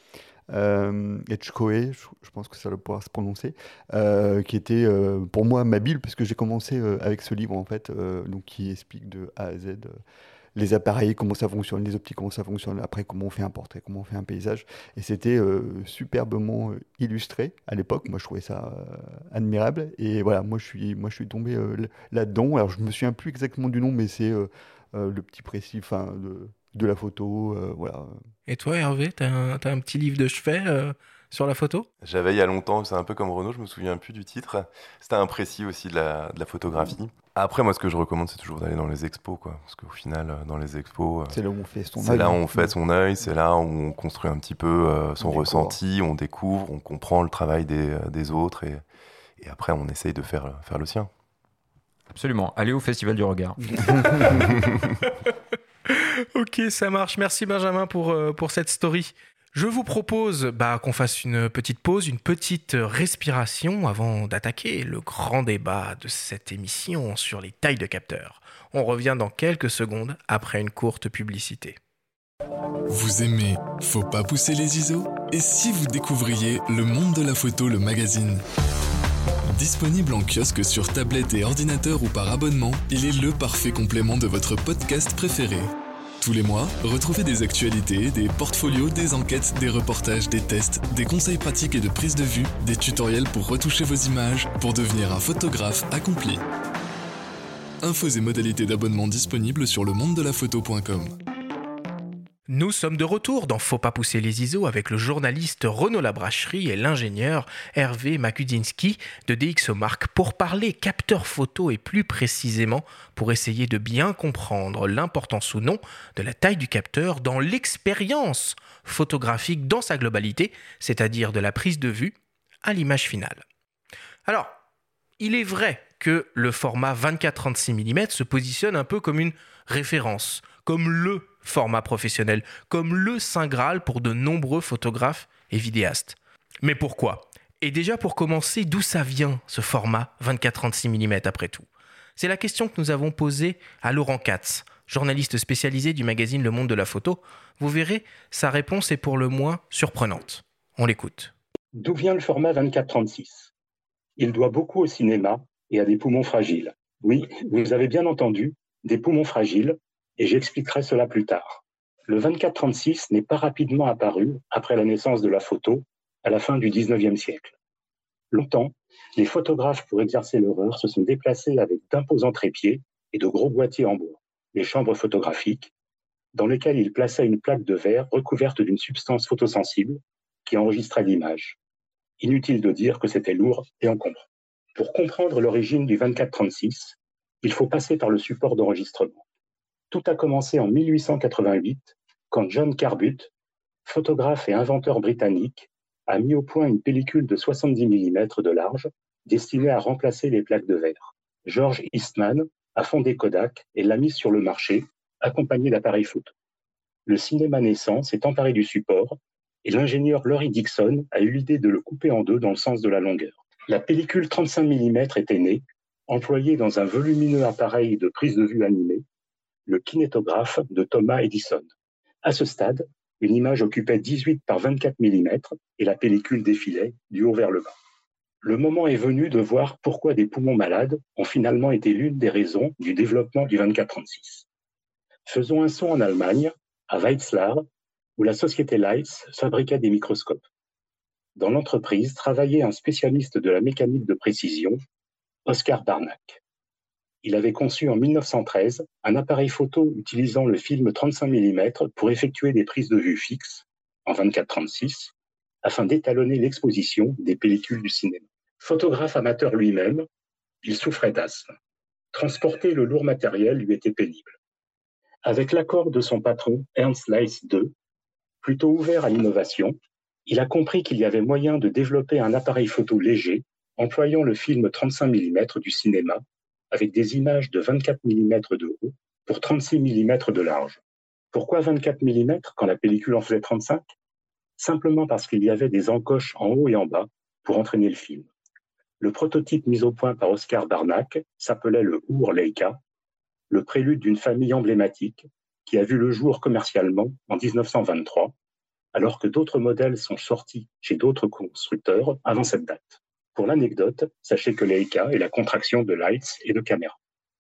euh, Edgecoe, je, je pense que ça doit pouvoir se prononcer, euh, qui était euh, pour moi ma bible parce que j'ai commencé euh, avec ce livre en fait, euh, donc qui explique de A à Z. Euh, les appareils, comment ça fonctionne, les optiques, comment ça fonctionne, après comment on fait un portrait, comment on fait un paysage. Et c'était euh, superbement euh, illustré à l'époque. Moi, je trouvais ça euh, admirable. Et voilà, moi, je suis, moi, je suis tombé euh, là-dedans. Alors, je me souviens plus exactement du nom, mais c'est euh, euh, le petit précis de, de la photo. Euh, voilà. Et toi, Hervé, t'as un, t'as un petit livre de chevet euh, sur la photo ? J'avais il y a longtemps, c'est un peu comme Renaud, je me souviens plus du titre. C'était un précis aussi de la, de la photographie. Après, moi, ce que je recommande, c'est toujours d'aller dans les expos, quoi. Parce qu'au final, dans les expos, c'est là où on fait son c'est œil. là où on fait son œil, c'est là où on construit un petit peu euh, son On ressenti, on découvre, on comprend le travail des, des autres, et, et après, on essaye de faire, faire le sien. Absolument. Allez au Festival du Regard. Ok, ça marche. Merci Benjamin pour, euh, pour cette story. Je vous propose bah, qu'on fasse une petite pause, une petite respiration avant d'attaquer le grand débat de cette émission sur les tailles de capteurs. On revient dans quelques secondes après une courte publicité. Vous aimez Faut pas pousser les I S O ? Et si vous découvriez Le Monde de la Photo, le magazine ? Disponible en kiosque sur tablette et ordinateur ou par abonnement, il est le parfait complément de votre podcast préféré. Tous les mois, retrouvez des actualités, des portfolios, des enquêtes, des reportages, des tests, des conseils pratiques et de prise de vue, des tutoriels pour retoucher vos images, pour devenir un photographe accompli. Infos et modalités d'abonnement disponibles sur le monde de la photo point com. Nous sommes de retour dans Faut pas pousser les I S O avec le journaliste Renaud Labracherie et l'ingénieur Hervé Makudzinski de DxOMark pour parler capteur photo et plus précisément pour essayer de bien comprendre l'importance ou non de la taille du capteur dans l'expérience photographique dans sa globalité, c'est-à-dire de la prise de vue à l'image finale. Alors, il est vrai que le format vingt-quatre trente-six millimètres se positionne un peu comme une référence, comme le format professionnel, comme le Saint Graal pour de nombreux photographes et vidéastes. Mais pourquoi ? Et déjà pour commencer, d'où ça vient ce format vingt-quatre trente-six millimètres après tout ? C'est la question que nous avons posée à Laurent Katz, journaliste spécialisé du magazine Le Monde de la Photo. Vous verrez, sa réponse est pour le moins surprenante. On l'écoute. D'où vient le format vingt-quatre trente-six ? Il doit beaucoup au cinéma et à des poumons fragiles. Oui, vous avez bien entendu, des poumons fragiles, et j'expliquerai cela plus tard. Le vingt-quatre trente-six n'est pas rapidement apparu après la naissance de la photo, à la fin du dix-neuvième siècle. Longtemps, les photographes, pour exercer leur art, se sont déplacés avec d'imposants trépieds et de gros boîtiers en bois, les chambres photographiques, dans lesquelles ils plaçaient une plaque de verre recouverte d'une substance photosensible qui enregistrait l'image. Inutile de dire que c'était lourd et encombrant. Pour comprendre l'origine du vingt-quatre trente-six, il faut passer par le support d'enregistrement. Tout a commencé en mille huit cent quatre-vingt-huit, quand John Cornbutte, photographe et inventeur britannique, a mis au point une pellicule de soixante-dix millimètres de large destinée à remplacer les plaques de verre. George Eastman a fondé Kodak et l'a mise sur le marché, accompagné d'appareils photo. le cinéma naissant s'est emparé du support et l'ingénieur Laurie Dixon a eu l'idée de le couper en deux dans le sens de la longueur. La pellicule trente-cinq millimètres était née, employée dans un volumineux appareil de prise de vue animée, le kinétographe de Thomas Edison. À ce stade, une image occupait dix-huit par vingt-quatre millimètres et la pellicule défilait du haut vers le bas. Le moment est venu de voir pourquoi des poumons malades ont finalement été l'une des raisons du développement du vingt-quatre trente-six. Faisons un saut en Allemagne, à Wetzlar, où la société Leitz fabriquait des microscopes. Dans l'entreprise travaillait un spécialiste de la mécanique de précision, Oskar Barnack. Il avait conçu en mille neuf cent treize un appareil photo utilisant le film trente-cinq millimètres pour effectuer des prises de vue fixes, en vingt-quatre trente-six, afin d'étalonner l'exposition des pellicules du cinéma. Photographe amateur lui-même, il souffrait d'asthme. Transporter le lourd matériel lui était pénible. Avec l'accord de son patron, Ernst Leitz deux, plutôt ouvert à l'innovation, il a compris qu'il y avait moyen de développer un appareil photo léger employant le film trente-cinq millimètres du cinéma avec des images de vingt-quatre millimètres de haut pour trente-six millimètres de large. Pourquoi vingt-quatre millimètres quand la pellicule en faisait trente-cinq ? Simplement parce qu'il y avait des encoches en haut et en bas pour entraîner le film. Le prototype mis au point par Oskar Barnack s'appelait le Ur Leica, le prélude d'une famille emblématique qui a vu le jour commercialement en dix-neuf cent vingt-trois, alors que d'autres modèles sont sortis chez d'autres constructeurs avant cette date. Pour l'anecdote, sachez que Leica est la contraction de Leitz et de caméra.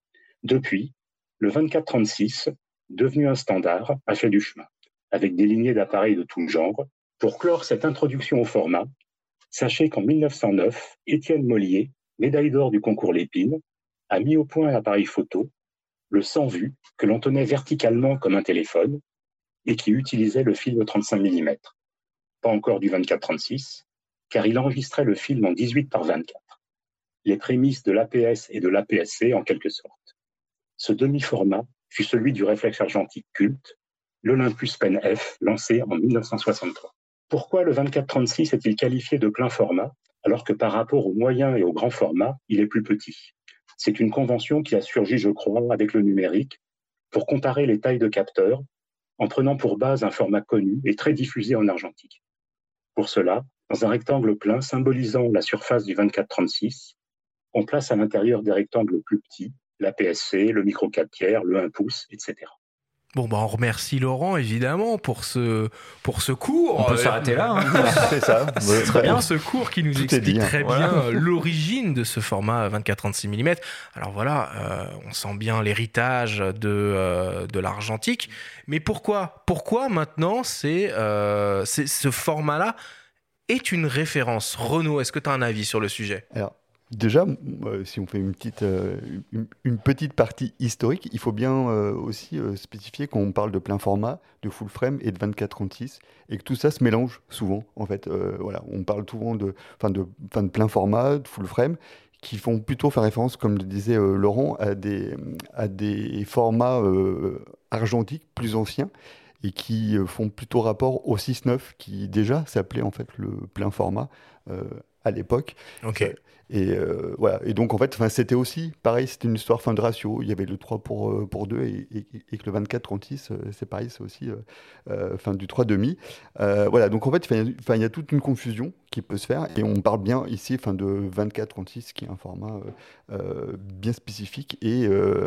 Depuis, le vingt-quatre trente-six, devenu un standard, a fait du chemin, avec des lignées d'appareils de tout genre. Pour clore cette introduction au format, sachez qu'en mille neuf cent neuf, Étienne Mollier, médaille d'or du concours Lépine, a mis au point un appareil photo, le sans vue, que l'on tenait verticalement comme un téléphone et qui utilisait le film trente-cinq millimètres. Pas encore du vingt-quatre trente-six, car il enregistrait le film en dix-huit par vingt-quatre. Les prémices de l'A P S et de l'A P S C en quelque sorte. Ce demi-format fut celui du réflexe argentique culte, l'Olympus Pen F, lancé en mille neuf cent soixante-trois. Pourquoi le vingt-quatre trente-six est-il qualifié de plein format, alors que par rapport au moyen et au grand format, il est plus petit ? C'est une convention qui a surgi, je crois, avec le numérique, pour comparer les tailles de capteurs, en prenant pour base un format connu et très diffusé en argentique. Pour cela, dans un rectangle plein symbolisant la surface du vingt-quatre trente-six, on place à l'intérieur des rectangles plus petits l'A P S C, le micro quatre tiers, le un pouce, et cetera. Bon, bah, on remercie Laurent, évidemment, pour ce, pour ce cours. On peut euh, s'arrêter là. Hein. C'est ça. C'est très bien. Ce cours qui nous Tout explique dit, hein. très Voilà. bien l'origine de ce format vingt-quatre trente-six millimètres. Alors voilà, euh, on sent bien l'héritage de, euh, de l'argentique. Mais pourquoi Pourquoi maintenant c'est, euh, c'est, ce format-là est une référence ? Renaud, est-ce que tu as un avis sur le sujet ? Alors, déjà, euh, si on fait une petite, euh, une, une petite partie historique, il faut bien euh, aussi euh, spécifier quand on parle de plein format, de full frame et de vingt-quatre trente-six, et que tout ça se mélange souvent. En fait, euh, voilà, on parle souvent de, enfin de, enfin de plein format, de full frame, qui font plutôt faire référence, comme le disait euh, Laurent, à des, à des formats euh, argentiques plus anciens, et qui euh, font plutôt rapport au six neuf, qui déjà s'appelait en fait le plein format euh, à l'époque. Ok. Euh, Et, euh, voilà. Et donc, en fait, c'était aussi, pareil, c'était une histoire fin de ratio. Il y avait le trois pour, euh, pour deux et, et, et que le vingt-quatre trente-six, euh, c'est pareil, c'est aussi euh, euh, fin du trois demi. Euh, voilà, donc en fait, il y a toute une confusion qui peut se faire. Et on parle bien ici fin de vingt-quatre trente-six, qui est un format euh, euh, bien spécifique. Et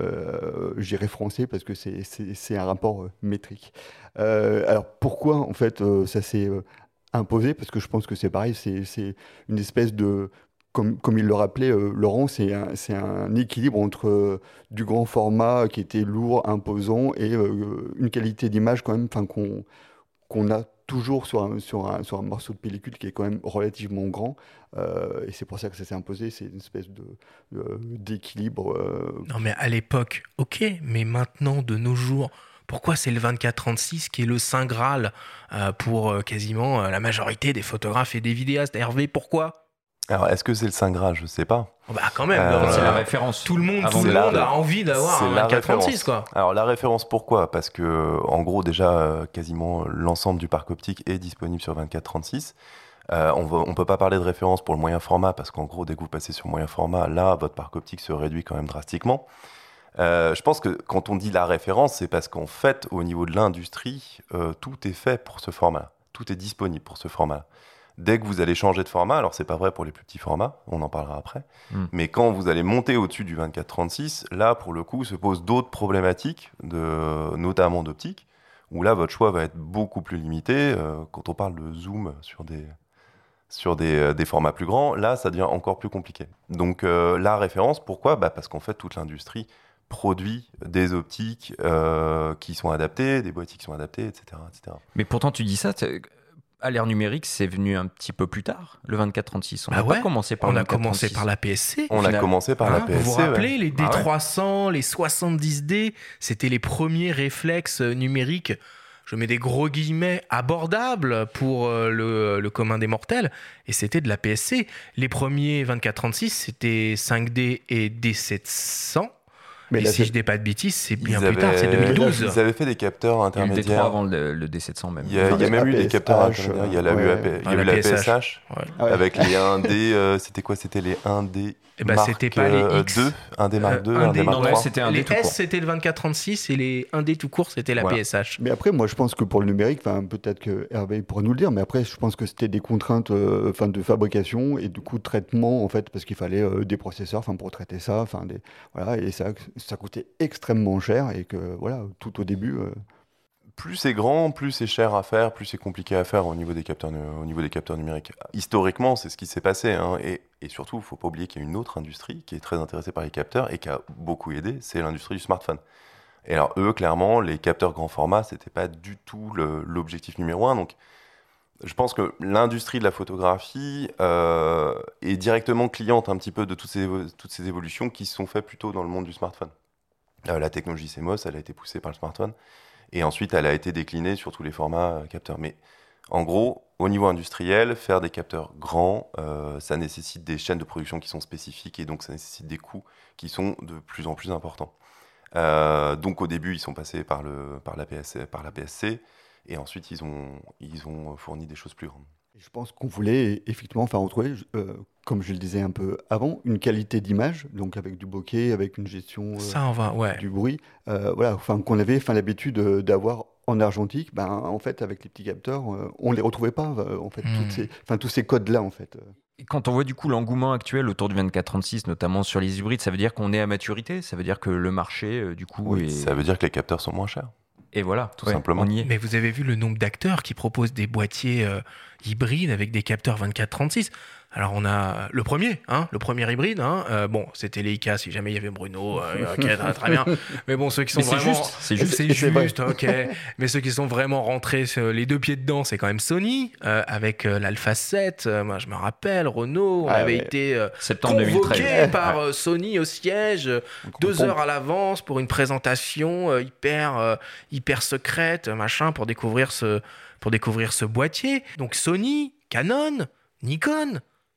euh, j'irai français parce que c'est, c'est, c'est un rapport euh, métrique. Euh, alors, pourquoi, en fait, euh, ça s'est euh, imposé ? Parce que je pense que c'est pareil, c'est, c'est une espèce de... Comme, comme il le rappelait, euh, Laurent, c'est un, c'est un équilibre entre euh, du grand format qui était lourd, imposant, et euh, une qualité d'image quand même, qu'on, qu'on a toujours sur un, sur, un, sur un morceau de pellicule qui est quand même relativement grand. Euh, et c'est pour ça que ça s'est imposé, c'est une espèce de, euh, d'équilibre. Euh... Non mais à l'époque, ok, mais maintenant, de nos jours... Pourquoi c'est le vingt-quatre trente-six qui est le saint Graal euh, pour euh, quasiment euh, la majorité des photographes et des vidéastes ? Hervé, pourquoi ? Alors, est-ce que c'est le saint Graal ? Je sais pas. Oh bah quand même, Euh, non, C'est la référence. tout le monde, Avant tout le la- monde a envie d'avoir c'est un la vingt-quatre trente-six, référence. quoi. Alors, la référence, pourquoi ? Parce que, en gros, déjà, euh, quasiment l'ensemble du parc optique est disponible sur vingt-quatre trente-six. Euh, on ne peut pas parler de référence pour le moyen format, parce qu'en gros, dès que vous passez sur moyen format, là, votre parc optique se réduit quand même drastiquement. Euh, je pense que quand on dit la référence, c'est parce qu'en fait, au niveau de l'industrie, euh, tout est fait pour ce format-là. Tout est disponible pour ce format-là. Dès que vous allez changer de format, alors c'est pas vrai pour les plus petits formats, on en parlera après, mm. mais quand vous allez monter au-dessus du vingt-quatre trente-six, là, pour le coup, se posent d'autres problématiques, de, notamment d'optique, où là, votre choix va être beaucoup plus limité. Euh, quand on parle de zoom sur des... sur des, euh, des formats plus grands, là, ça devient encore plus compliqué. Donc, euh, la référence, pourquoi ? Bah, parce qu'en fait, toute l'industrie produit des optiques euh, qui sont adaptées, des boîtiers qui sont adaptés, et cetera, et cetera. Mais pourtant, tu dis ça, à l'ère numérique, c'est venu un petit peu plus tard, le vingt-quatre trente-six. On n'a ah ouais. pas commencé par On le a commencé par la P S C. On a commencé par hein, la P S C. Vous vous rappelez, ouais. les D trois cents, ah ouais. les soixante-dix D, c'était les premiers réflexes numériques, je mets des gros guillemets, abordables pour euh, le, le commun des mortels, et c'était de la P S C. Les premiers vingt-quatre trente-six, c'était cinq D et D sept cents. Mais et si je dis pas de bêtises, c'est bien avaient, plus tard, c'est deux mille douze. Ils avaient fait des capteurs intermédiaires. Il y a eu le D trois avant le, le D sept cents même. Il y a, il y a même eu des capteurs intermédiaires. Il y a, la, ouais. il y a eu la P S H, ouais. avec les un D, euh, c'était quoi ? C'était les un D eh ben, Mark c'était pas les X. deux, un D Mark deux, euh, un D Mark non, trois. C'était un les D S, c'était le vingt-quatre trente-six et les un D tout court, c'était la voilà. P S H. Mais après, moi, je pense que pour le numérique, peut-être que Hervé pourra nous le dire, mais après, je pense que c'était des contraintes euh, de fabrication et du coup de traitement, en fait, parce qu'il fallait euh, des processeurs pour traiter ça, des, voilà, et ça, ça coûtait extrêmement cher et que, voilà, tout au début... Euh... Plus c'est grand, plus c'est cher à faire, plus c'est compliqué à faire au niveau des capteurs, au niveau des capteurs numériques. Historiquement, c'est ce qui s'est passé. Hein, et, et surtout, il ne faut pas oublier qu'il y a une autre industrie qui est très intéressée par les capteurs et qui a beaucoup aidé, c'est l'industrie du smartphone. Et alors, eux, clairement, les capteurs grand format, ce n'était pas du tout le, l'objectif numéro un. Donc, je pense que l'industrie de la photographie euh, est directement cliente un petit peu de toutes ces, toutes ces évolutions qui se sont faites plutôt dans le monde du smartphone. Euh, la technologie C M O S, elle a été poussée par le smartphone. Et ensuite, elle a été déclinée sur tous les formats euh, capteurs. Mais en gros, au niveau industriel, faire des capteurs grands, euh, ça nécessite des chaînes de production qui sont spécifiques et donc ça nécessite des coûts qui sont de plus en plus importants. Euh, donc au début, ils sont passés par, le, par, la P S C, par la P S C et ensuite, ils ont, ils ont fourni des choses plus grandes. Je pense qu'on voulait effectivement enfin, retrouver, euh, comme je le disais un peu avant, une qualité d'image, donc avec du bokeh, avec une gestion euh, Ça, on va, ouais. du bruit, euh, voilà, enfin, qu'on avait enfin, l'habitude d'avoir en argentique. Ben, en fait, avec les petits capteurs, euh, on ne les retrouvait pas, euh, en fait, mmh. toutes ces, enfin, tous ces codes-là, en fait. Et quand on voit du coup l'engouement actuel autour du vingt-quatre trente-six, notamment sur les hybrides, ça veut dire qu'on est à maturité ? Ça veut dire que le marché, euh, du coup... Oui, est... ça veut dire que les capteurs sont moins chers. Et voilà, tout ouais, simplement. On y est. Mais vous avez vu le nombre d'acteurs qui proposent des boîtiers euh, hybrides avec des capteurs vingt-quatre trente-six. Alors on a le premier, hein, le premier hybride. Hein, euh, bon, c'était Leica si jamais il y avait Bruno. Euh, ok, très, très bien. Mais bon, ceux qui sont Mais vraiment, c'est juste, c'est juste, c'est juste, ok. Mais ceux qui sont vraiment rentrés les deux pieds dedans, c'est quand même Sony euh, avec euh, l'Alpha sept. Euh, moi, je me rappelle, Renault, on ah, avait ouais. été euh, convoqué par ouais. Sony au siège euh, deux heures à l'avance pour une présentation euh, hyper, euh, hyper secrète, machin, pour découvrir ce, pour découvrir ce boîtier. Donc Sony, Canon, Nikon.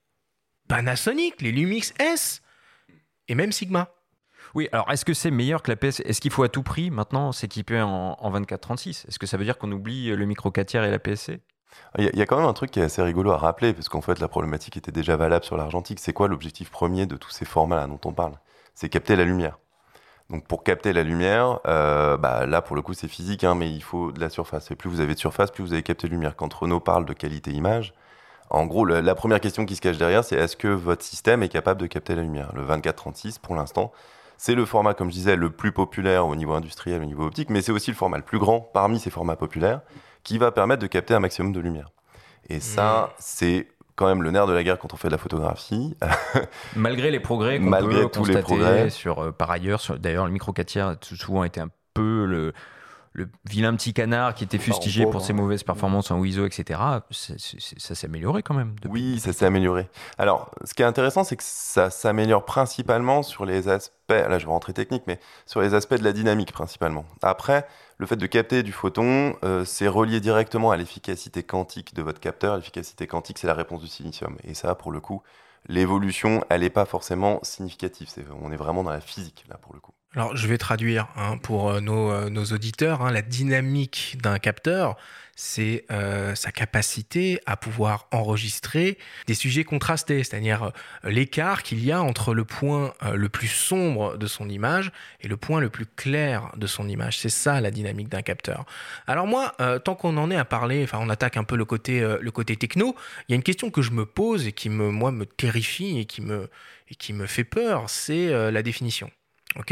Panasonic, les Lumix S et même Sigma. Oui, alors est-ce que c'est meilleur que la P S C ? Est-ce qu'il faut à tout prix maintenant s'équiper en, en vingt-quatre trente-six ? Est-ce que ça veut dire qu'on oublie le micro quatre tiers et la P S C ? Il y, y a quand même un truc qui est assez rigolo à rappeler, parce qu'en fait la problématique était déjà valable sur l'argentique. C'est quoi l'objectif premier de tous ces formats-là dont on parle ? C'est capter la lumière. Donc pour capter la lumière, euh, bah là pour le coup c'est physique, hein, mais il faut de la surface. Et plus vous avez de surface, plus vous avez capté la lumière. Quand Renault parle de qualité image, en gros, le, la première question qui se cache derrière, c'est est-ce que votre système est capable de capter la lumière ? Le vingt-quatre trente-six, pour l'instant, c'est le format, comme je disais, le plus populaire au niveau industriel, au niveau optique, mais c'est aussi le format le plus grand parmi ces formats populaires qui va permettre de capter un maximum de lumière. Et ça, mmh. c'est quand même le nerf de la guerre quand on fait de la photographie. Malgré les progrès qu'on Malgré peut tous constater les progrès. Sur, euh, par ailleurs, sur, d'ailleurs, le micro quatre tiers a souvent été un peu le... le vilain petit canard qui était fustigé pauvre, pour ses mauvaises performances en I S O, et cetera, c'est, c'est, ça s'est amélioré quand même. Depuis. Oui, ça s'est amélioré. Alors, ce qui est intéressant, c'est que ça s'améliore principalement sur les aspects, là je vais rentrer technique, mais sur les aspects de la dynamique principalement. Après, le fait de capter du photon, euh, c'est relié directement à l'efficacité quantique de votre capteur. L'efficacité quantique, c'est la réponse du silicium. Et ça, pour le coup, l'évolution, elle n'est pas forcément significative. C'est, on est vraiment dans la physique, là, pour le coup. Alors, je vais traduire hein, pour euh, nos, euh, nos auditeurs. Hein, la dynamique d'un capteur, c'est euh, sa capacité à pouvoir enregistrer des sujets contrastés, c'est-à-dire euh, l'écart qu'il y a entre le point euh, le plus sombre de son image et le point le plus clair de son image. C'est ça la dynamique d'un capteur. Alors moi, euh, tant qu'on en est à parler, enfin on attaque un peu le côté, euh, le côté techno, il y a une question que je me pose et qui me, moi, me terrifie et qui me, et qui me fait peur, c'est euh, la définition. Ok,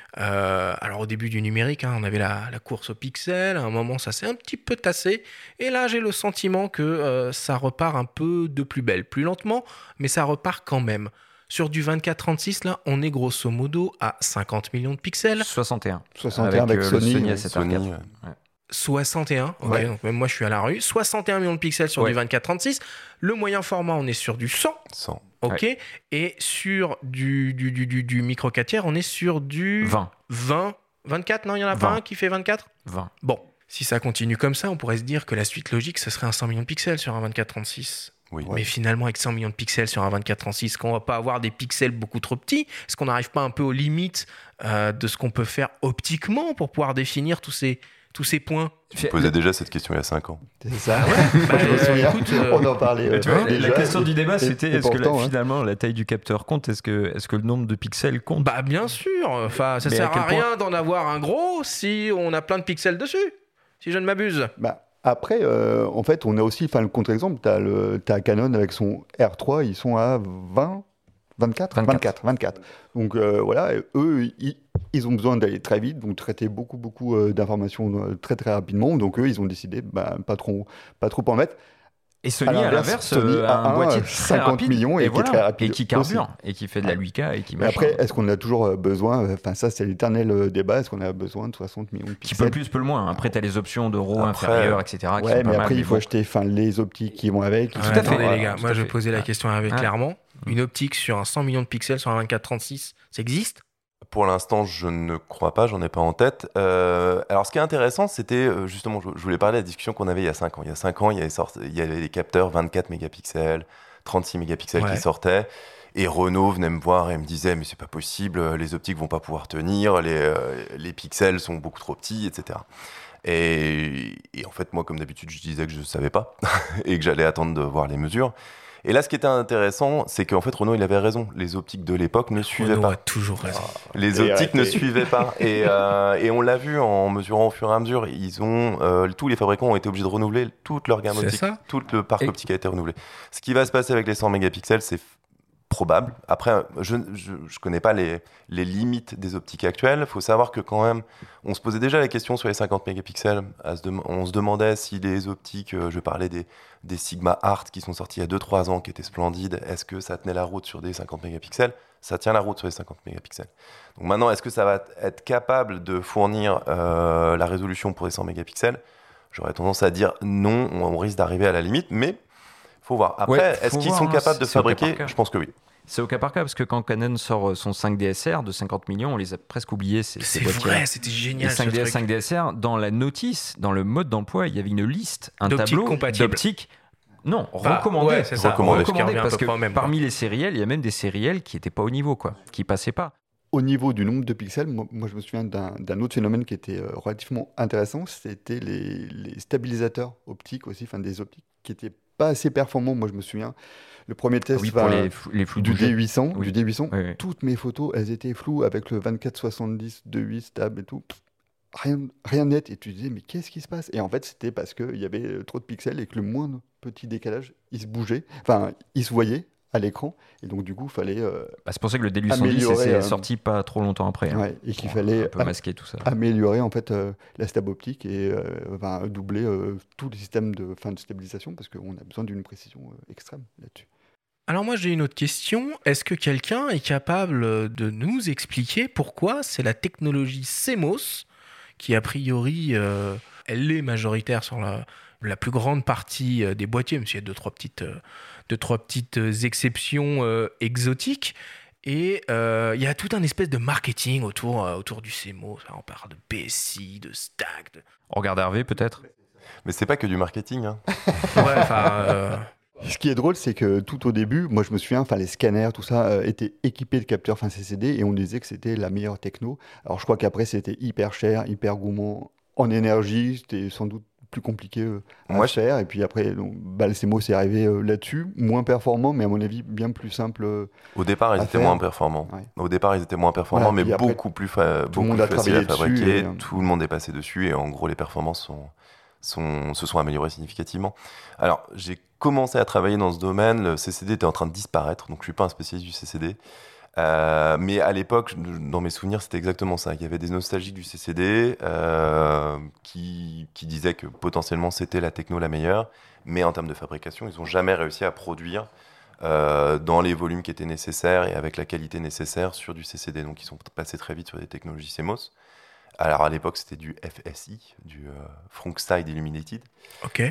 euh, alors au début du numérique, hein, on avait la, la course au pixel, à un moment ça s'est un petit peu tassé, et là j'ai le sentiment que euh, ça repart un peu de plus belle, plus lentement, mais ça repart quand même. Sur du vingt-quatre trente-six, là, on est grosso modo à cinquante millions de pixels. soixante et un. soixante et un avec, avec euh, Sony. Sony A sept R quatre. Sony, ouais. Ouais. soixante et un, ok, Ouais. donc même moi je suis à la rue. soixante et un millions de pixels sur Ouais. du vingt-quatre trente-six. Le moyen format, on est sur du cent. cent. Ok, ouais. Et sur du, du, du, du, du micro quatre tiers, on est sur du vingt. vingt, vingt-quatre, non, il y en a pas vingt. un qui fait vingt-quatre. vingt. Bon, si ça continue comme ça, on pourrait se dire que la suite logique, ce serait un cent millions de pixels sur un vingt-quatre trente-six. Oui. Mais finalement, avec cent millions de pixels sur un vingt-quatre trente-six, qu'on va pas avoir des pixels beaucoup trop petits, est-ce qu'on n'arrive pas un peu aux limites euh, de ce qu'on peut faire optiquement pour pouvoir définir tous ces, tous ces points? Tu posais déjà cette question il y a cinq ans. C'est ça. Bah, Je me souviens. écoute, euh, On en parlait. Mais euh, tu vois, déjà, la question et- du débat, et- c'était et est-ce que la- pourtant, hein. finalement la taille du capteur compte? Est-ce que, est-ce que le nombre de pixels compte? Bah bien sûr, enfin ça Mais sert à quel à rien d'en avoir un gros si on a plein de pixels dessus, si je ne m'abuse. Bah, après, euh, en fait, on a aussi, enfin, le contre-exemple, tu as Canon avec son R trois, ils sont à vingt, vingt-quatre, vingt-quatre. vingt-quatre, vingt-quatre. Donc euh, voilà, et eux, ils, ils ont besoin d'aller très vite, donc traiter beaucoup, beaucoup euh, d'informations euh, très, très rapidement. Donc eux, ils ont décidé, bah, pas trop, pas trop en mettre. Et Sony, À à l'inverse, l'inverse, Sony euh, a a un un boîtier à très cinquante rapide, millions et et, qui est voilà, très rapide et qui carbure, et qui fait de la huit K et qui Mais machin. après, est-ce qu'on a toujours euh, besoin, enfin ça c'est l'éternel euh, débat, est-ce qu'on a besoin de soixante millions de Qui pixels? peut le plus, peut le moins. Après, tu as les options de RAW Après, inférieurs, et cetera. qui Ouais, sont mais pas mal, après, il mais faut bon. acheter enfin, les optiques qui vont avec. Tout à fait. Attendez Voilà, les gars, tout moi à je fait. posais la Ouais. question avec Ouais. clairement. Une optique sur un cent millions de pixels sur un vingt-quatre trente-six, ça existe? Pour l'instant, je ne crois pas, j'en ai pas en tête. Euh, alors, ce qui est intéressant, c'était euh, justement, je, je voulais parler de la discussion qu'on avait il y a cinq ans. Il y a cinq ans, il y avait, sorti, il y avait les capteurs vingt-quatre mégapixels, trente-six mégapixels Ouais. qui sortaient. Et Renault venait me voir et me disait, mais c'est pas possible, les optiques vont pas pouvoir tenir, les, euh, les pixels sont beaucoup trop petits, et cetera. Et, et en fait, moi, comme d'habitude, je disais que je savais pas et que j'allais attendre de voir les mesures. Et là, ce qui était intéressant, c'est qu'en fait, Renault, il avait raison. Les optiques de l'époque ne suivaient Renault pas. a toujours raison. Les Et optiques ne arrêtez. suivaient pas. Et, euh, et on l'a vu en mesurant au fur et à mesure. Ils ont, euh, tous les fabricants ont été obligés de renouveler toute leur gamme C'est optique. ça. Tout le parc Et- optique a été renouvelé. Ce qui va se passer avec les cent mégapixels, c'est f- probable. Après, je ne connais pas les, les limites des optiques actuelles. Il faut savoir que quand même, on se posait déjà la question sur les cinquante mégapixels. À se dem- on se demandait si les optiques, euh, je parlais des, des Sigma Art qui sont sortis il y a deux trois ans, qui étaient splendides, est-ce que ça tenait la route sur des cinquante mégapixels? Ça tient la route sur les cinquante mégapixels. Donc maintenant, est-ce que ça va être capable de fournir euh, la résolution pour les cent mégapixels? J'aurais tendance à dire non, on, on risque d'arriver à la limite, mais faut voir. Après, Ouais, est-ce faut qu'ils voir, sont hein, capables de c'est au cas par fabriquer? cas. Je pense que oui. C'est au cas par cas, parce que quand Canon sort son cinq D S R de cinquante millions, on les a presque oubliés, ces, ces C'est boîtiers-là. vrai, c'était Les génial ce cinq D S, truc. cinq D S R, dans la notice, dans le mode d'emploi, il y avait une liste, un D'optiques tableau compatibles. d'optiques. Non, Bah, recommandé. ouais, c'est ça. Recommandé. Ce qui revient à parce peu que près au même, quoi. parmi les sériels, il y a même des sériels qui n'étaient pas au niveau, quoi, qui passaient pas. Au niveau du nombre de pixels, moi, moi, je me souviens d'un d'un autre phénomène qui était euh, relativement intéressant, c'était les, les stabilisateurs optiques aussi, enfin des optiques qui étaient pas assez performants. Moi je me souviens, le premier test Oui, pour enfin, les, flou- les flous du bougés. D huit cents, Oui. du D huit cents, Oui, oui. toutes mes photos, elles étaient floues avec le vingt-quatre soixante-dix deux virgule huit stable et tout. Pff, Rien, rien de net. Et tu te disais, mais qu'est-ce qui se passe? Et en fait, c'était parce qu'il y avait euh, trop de pixels et que le moindre petit décalage, il se bougeait, enfin, il se voyait à l'écran. Et donc, du coup, il fallait. euh, Bah, c'est pour ça que le D huit cent dix Améliorer, c'est euh, sorti pas trop longtemps après. hein. ouais, et qu'il Pour fallait un peu am- masquer tout ça. améliorer en fait euh, la stab optique et euh, enfin, doubler euh, tous les systèmes de, fin, de stabilisation parce qu'on a besoin d'une précision euh, extrême là-dessus. Alors moi j'ai une autre question. Est-ce que quelqu'un est capable de nous expliquer pourquoi c'est la technologie C M O S qui a priori, euh, elle est majoritaire sur la, la plus grande partie euh, des boîtiers, même s'il y a deux, trois petites, euh, deux, trois petites euh, exceptions euh, exotiques. Et euh, il y a tout un espèce de marketing autour, euh, autour du C M O S. On parle de P S I, de stack. De... On regarde Hervé peut-être. Mais c'est pas que du marketing. Hein. Ouais, enfin... euh, Ce qui est drôle, c'est que tout au début, moi je me souviens, enfin les scanners, tout ça euh, étaient équipés de capteurs fin C C D et on disait que c'était la meilleure techno. Alors je crois qu'après c'était hyper cher, hyper gourmand en énergie, c'était sans doute plus compliqué euh, à Moi, faire. Et puis après, donc, bah, le C M O S est arrivé euh, là-dessus, moins performant, mais à mon avis bien plus simple. euh, Au départ, ils à étaient faire. moins performants. Ouais. Au départ, ils étaient moins performants, Voilà, mais puis après, beaucoup plus, fa- tout le beaucoup monde a plus faciles à travaillé dessus fabriquer. et, euh, Tout le monde est passé dessus et en gros, les performances sont, sont, se sont améliorées significativement. Alors, j'ai commencé à travailler dans ce domaine. Le C C D était en train de disparaître, donc je suis pas un spécialiste du C C D. Euh, mais à l'époque, dans mes souvenirs, c'était exactement ça. Il y avait des nostalgiques du C C D euh, qui, qui disaient que potentiellement c'était la techno la meilleure, mais en termes de fabrication, ils n'ont jamais réussi à produire euh, dans les volumes qui étaient nécessaires et avec la qualité nécessaire sur du C C D. Donc ils sont passés très vite sur des technologies C M O S. Alors à l'époque, c'était du F S I, du euh, Frontside Illuminated. Ok.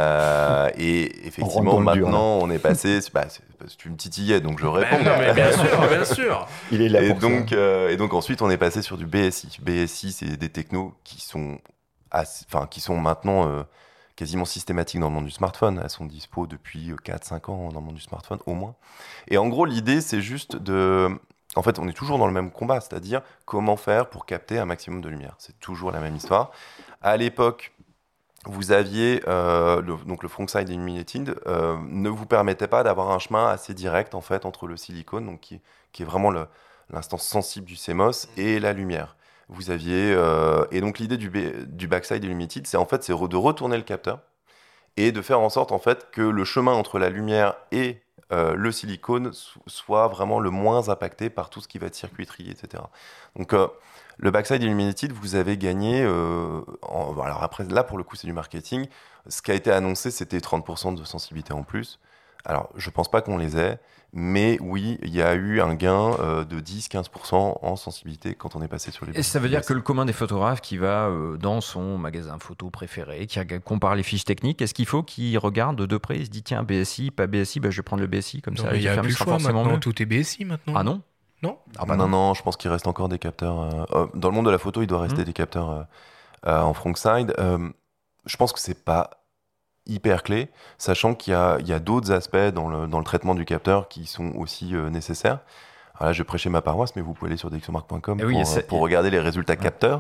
Euh, et On effectivement, rentre dans le dur, maintenant, on est passé. Bah, c'est- parce que tu me titillais, donc je réponds. Bah, non, mais bien sûr, bien sûr. Il est là Et pour donc, ça. euh, et donc ensuite, on est passé sur du B S I. B S I, c'est des technos qui sont, assez- enfin, qui sont maintenant euh, quasiment systématiques dans le monde du smartphone. Elles sont dispo depuis quatre cinq ans dans le monde du smartphone, au moins. Et en gros, l'idée, c'est juste de... En fait, on est toujours dans le même combat, c'est-à-dire comment faire pour capter un maximum de lumière. C'est toujours la même histoire. À l'époque, vous aviez euh, le, donc le Frontside Illuminated euh, ne vous permettait pas d'avoir un chemin assez direct en fait entre le silicone, donc qui, qui est vraiment le, l'instance sensible du C M O S, et la lumière. Vous aviez euh, et donc l'idée du, B- du Backside Illuminated, c'est en fait c'est re- de retourner le capteur et de faire en sorte en fait que le chemin entre la lumière et euh, le silicone so- soit vraiment le moins impacté par tout ce qui va être circuiterie, et cetera. Donc euh, le Backside Illuminated, vous avez gagné. Euh, en- alors après, là pour le coup, c'est du marketing. Ce qui a été annoncé, c'était trente pour cent de sensibilité en plus. Alors, je pense pas qu'on les ait, mais oui, il y a eu un gain euh, de dix à quinze pour cent en sensibilité quand on est passé sur les. Et ça veut dire que le commun des photographes qui va euh, dans son magasin photo préféré, qui rega- compare les fiches techniques, est-ce qu'il faut qu'il regarde de près, il se dit tiens, B S I, pas B S I, bah, je vais prendre le B S I, comme Non, ça mais la il n'y a différence plus le sera choix forcément maintenant. mieux. Tout est B S I maintenant. Ah non Non. Ah bah non, non, je pense qu'il reste encore des capteurs. euh, euh, dans le monde de la photo, il doit rester Mmh. des capteurs euh, euh, en Frontside. Euh, je pense que c'est pas hyper clé, sachant qu'il y a, il y a d'autres aspects dans le, dans le traitement du capteur qui sont aussi euh, nécessaires. Alors là, je prêchais ma paroisse, mais vous pouvez aller sur D X O mark point com Eh oui, pour, et c'est- euh, pour regarder les résultats capteurs.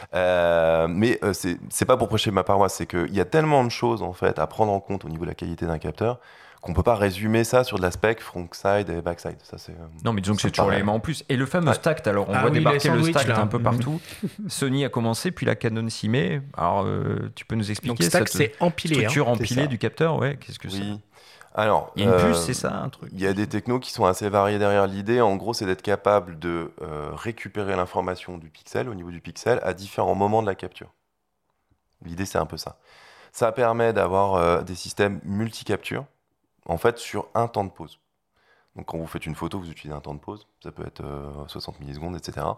Euh, mais euh, c'est, c'est pas pour prêcher ma paroisse, c'est qu'il y a tellement de choses en fait à prendre en compte au niveau de la qualité d'un capteur qu'on peut pas résumer ça sur de l'aspect frontside et backside. Ça, c'est, euh, Non, mais disons que ça c'est toujours paraît- l'élément en plus. Et le fameux Ouais. stack, alors on Ah voit oui, débarquer les le sandwichs, stack là. un peu Mhm. partout. Sony a commencé, puis la Canon s'y met. Alors, euh, tu peux nous expliquer Donc stack, cette c'est empilé. hein. structure C'est empilée ça. du capteur, ouais, qu'est-ce que c'est Oui. Alors, Il y a une euh, puce, c'est ça, un truc Il y a des technos qui sont assez variés derrière l'idée. En gros, c'est d'être capable de euh, récupérer l'information du pixel, au niveau du pixel, à différents moments de la capture. L'idée, c'est un peu ça. Ça permet d'avoir euh, des systèmes multi-capture, en fait, sur un temps de pause. Donc, quand vous faites une photo, vous utilisez un temps de pause. Ça peut être euh, soixante millisecondes, et cetera.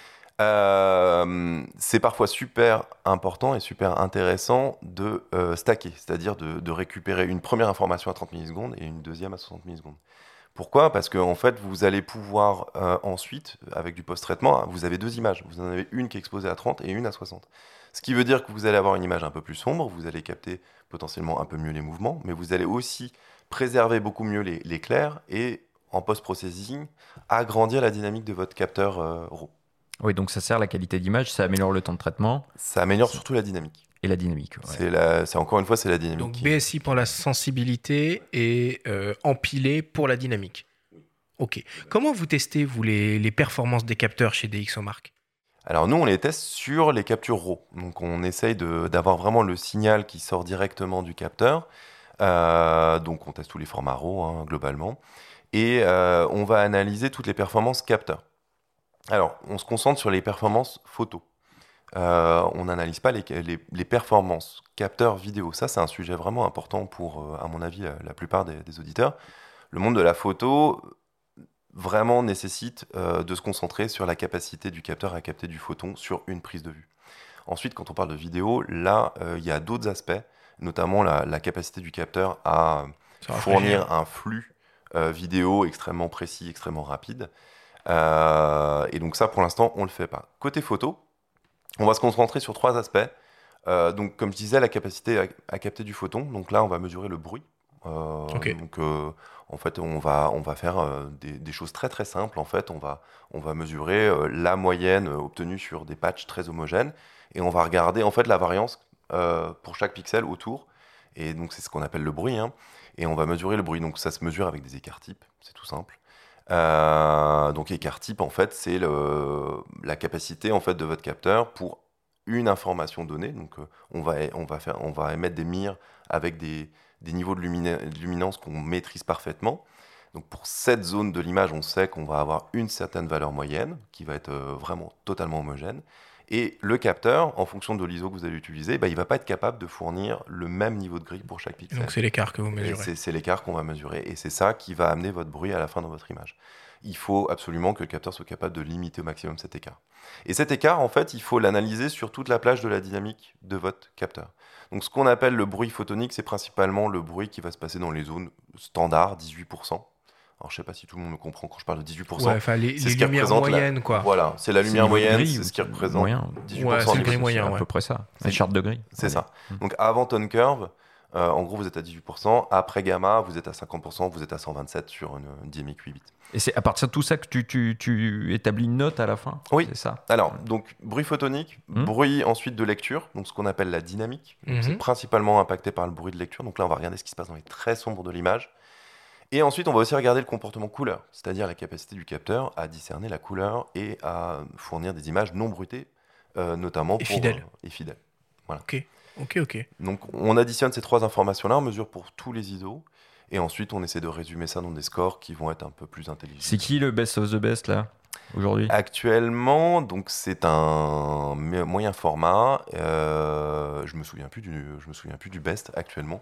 Euh, c'est parfois super important et super intéressant de euh, stacker, c'est-à-dire de, de récupérer une première information à trente millisecondes et une deuxième à soixante millisecondes. Pourquoi ? Parce que en fait, vous allez pouvoir euh, ensuite, avec du post-traitement, vous avez deux images. Vous en avez une qui est exposée à trente et une à soixante. Ce qui veut dire que vous allez avoir une image un peu plus sombre, vous allez capter potentiellement un peu mieux les mouvements, mais vous allez aussi préserver beaucoup mieux les, les clairs et, en post-processing, agrandir la dynamique de votre capteur euh, RAW. Oui, donc ça sert la qualité d'image, ça améliore le temps de traitement Ça améliore surtout la dynamique. et la dynamique. ouais. C'est, la, c'est encore une fois, c'est la dynamique. Donc qui- B S I pour la sensibilité et euh, empilé pour la dynamique. Ok. Comment vous testez, vous, les, les performances des capteurs chez D X O Mark ? Alors nous, on les teste sur les captures RAW. Donc on essaye de, d'avoir vraiment le signal qui sort directement du capteur. Euh, donc on teste tous les formats RAW, hein, globalement. Et euh, on va analyser toutes les performances capteurs. Alors, on se concentre sur les performances photo. Euh, on n'analyse pas les, les, les performances capteurs vidéo. Ça, c'est un sujet vraiment important pour, euh, à mon avis, la, la plupart des, des auditeurs. Le monde de la photo vraiment nécessite euh, de se concentrer sur la capacité du capteur à capter du photon sur une prise de vue. Ensuite, quand on parle de vidéo, là, euh, il y a d'autres aspects, notamment la, la capacité du capteur à Ça va fournir un flux euh, vidéo extrêmement précis, extrêmement rapide. Euh, et donc ça, pour l'instant, on ne le fait pas. Côté photo, on va se concentrer sur trois aspects. Euh, donc, comme je disais, la capacité à, à capter du photon. Donc là, on va mesurer le bruit. Euh, Ok. Donc, euh, en fait, on va, on va faire euh, des, des choses très très simples. En fait, on va, on va mesurer euh, la moyenne euh, obtenue sur des patchs très homogènes et on va regarder en fait la variance euh, pour chaque pixel autour. Et donc, c'est ce qu'on appelle le bruit. Hein. Et on va mesurer le bruit. Donc, ça se mesure avec des écarts types. C'est tout simple. Euh, donc, écart type, en fait, c'est le, la capacité en fait, de votre capteur pour une information donnée. Donc, euh, on, va, on, va faire, on va émettre des mires avec des, des niveaux de, lumine, de luminance qu'on maîtrise parfaitement. Donc, pour cette zone de l'image, on sait qu'on va avoir une certaine valeur moyenne qui va être euh, vraiment totalement homogène. Et le capteur, en fonction de l'I S O que vous allez utiliser, bah, il ne va pas être capable de fournir le même niveau de grille pour chaque pixel. Donc c'est l'écart que vous mesurez. C'est, c'est l'écart qu'on va mesurer. Et c'est ça qui va amener votre bruit à la fin dans votre image. Il faut absolument que le capteur soit capable de limiter au maximum cet écart. Et cet écart, en fait, il faut l'analyser sur toute la plage de la dynamique de votre capteur. Donc ce qu'on appelle le bruit photonique, c'est principalement le bruit qui va se passer dans les zones standards, dix-huit pour cent. Alors, je ne sais pas si tout le monde me comprend quand je parle de dix-huit pour cent. Ouais, enfin, les, les lumières moyennes, la... quoi. Voilà, c'est la lumière c'est moyenne, gris, c'est ce qui représente moyen. dix-huit pour cent. Ouais, c'est le gris moyen, c'est ouais. à peu près ça. C'est Les chartes de gris. C'est Allez. ça. Donc, avant tone curve, euh, en gros, vous êtes à dix-huit pour cent. Après gamma, vous êtes à cinquante pour cent. Vous êtes à cent vingt-sept sur une, une dynamique huit bits. Et c'est à partir de tout ça que tu, tu, tu établis une note à la fin. Oui. C'est ça. Alors, donc, bruit photonique, Mmh. bruit ensuite de lecture, donc ce qu'on appelle la dynamique. Donc, Mhm. C'est principalement impacté par le bruit de lecture. Donc là, on va regarder ce qui se passe dans les traits sombres de l'image. Et ensuite, on va aussi regarder le comportement couleur, c'est-à-dire la capacité du capteur à discerner la couleur et à fournir des images non bruitées, euh, notamment Et pour, fidèles. euh, et fidèles. Ok, ok, ok. Donc, on additionne ces trois informations-là, on mesure pour tous les I S O, et ensuite, on essaie de résumer ça dans des scores qui vont être un peu plus intelligents. C'est qui le best of the best là aujourd'hui? Actuellement, donc c'est un mo- moyen format. Euh, je me souviens plus du, je me souviens plus du best actuellement.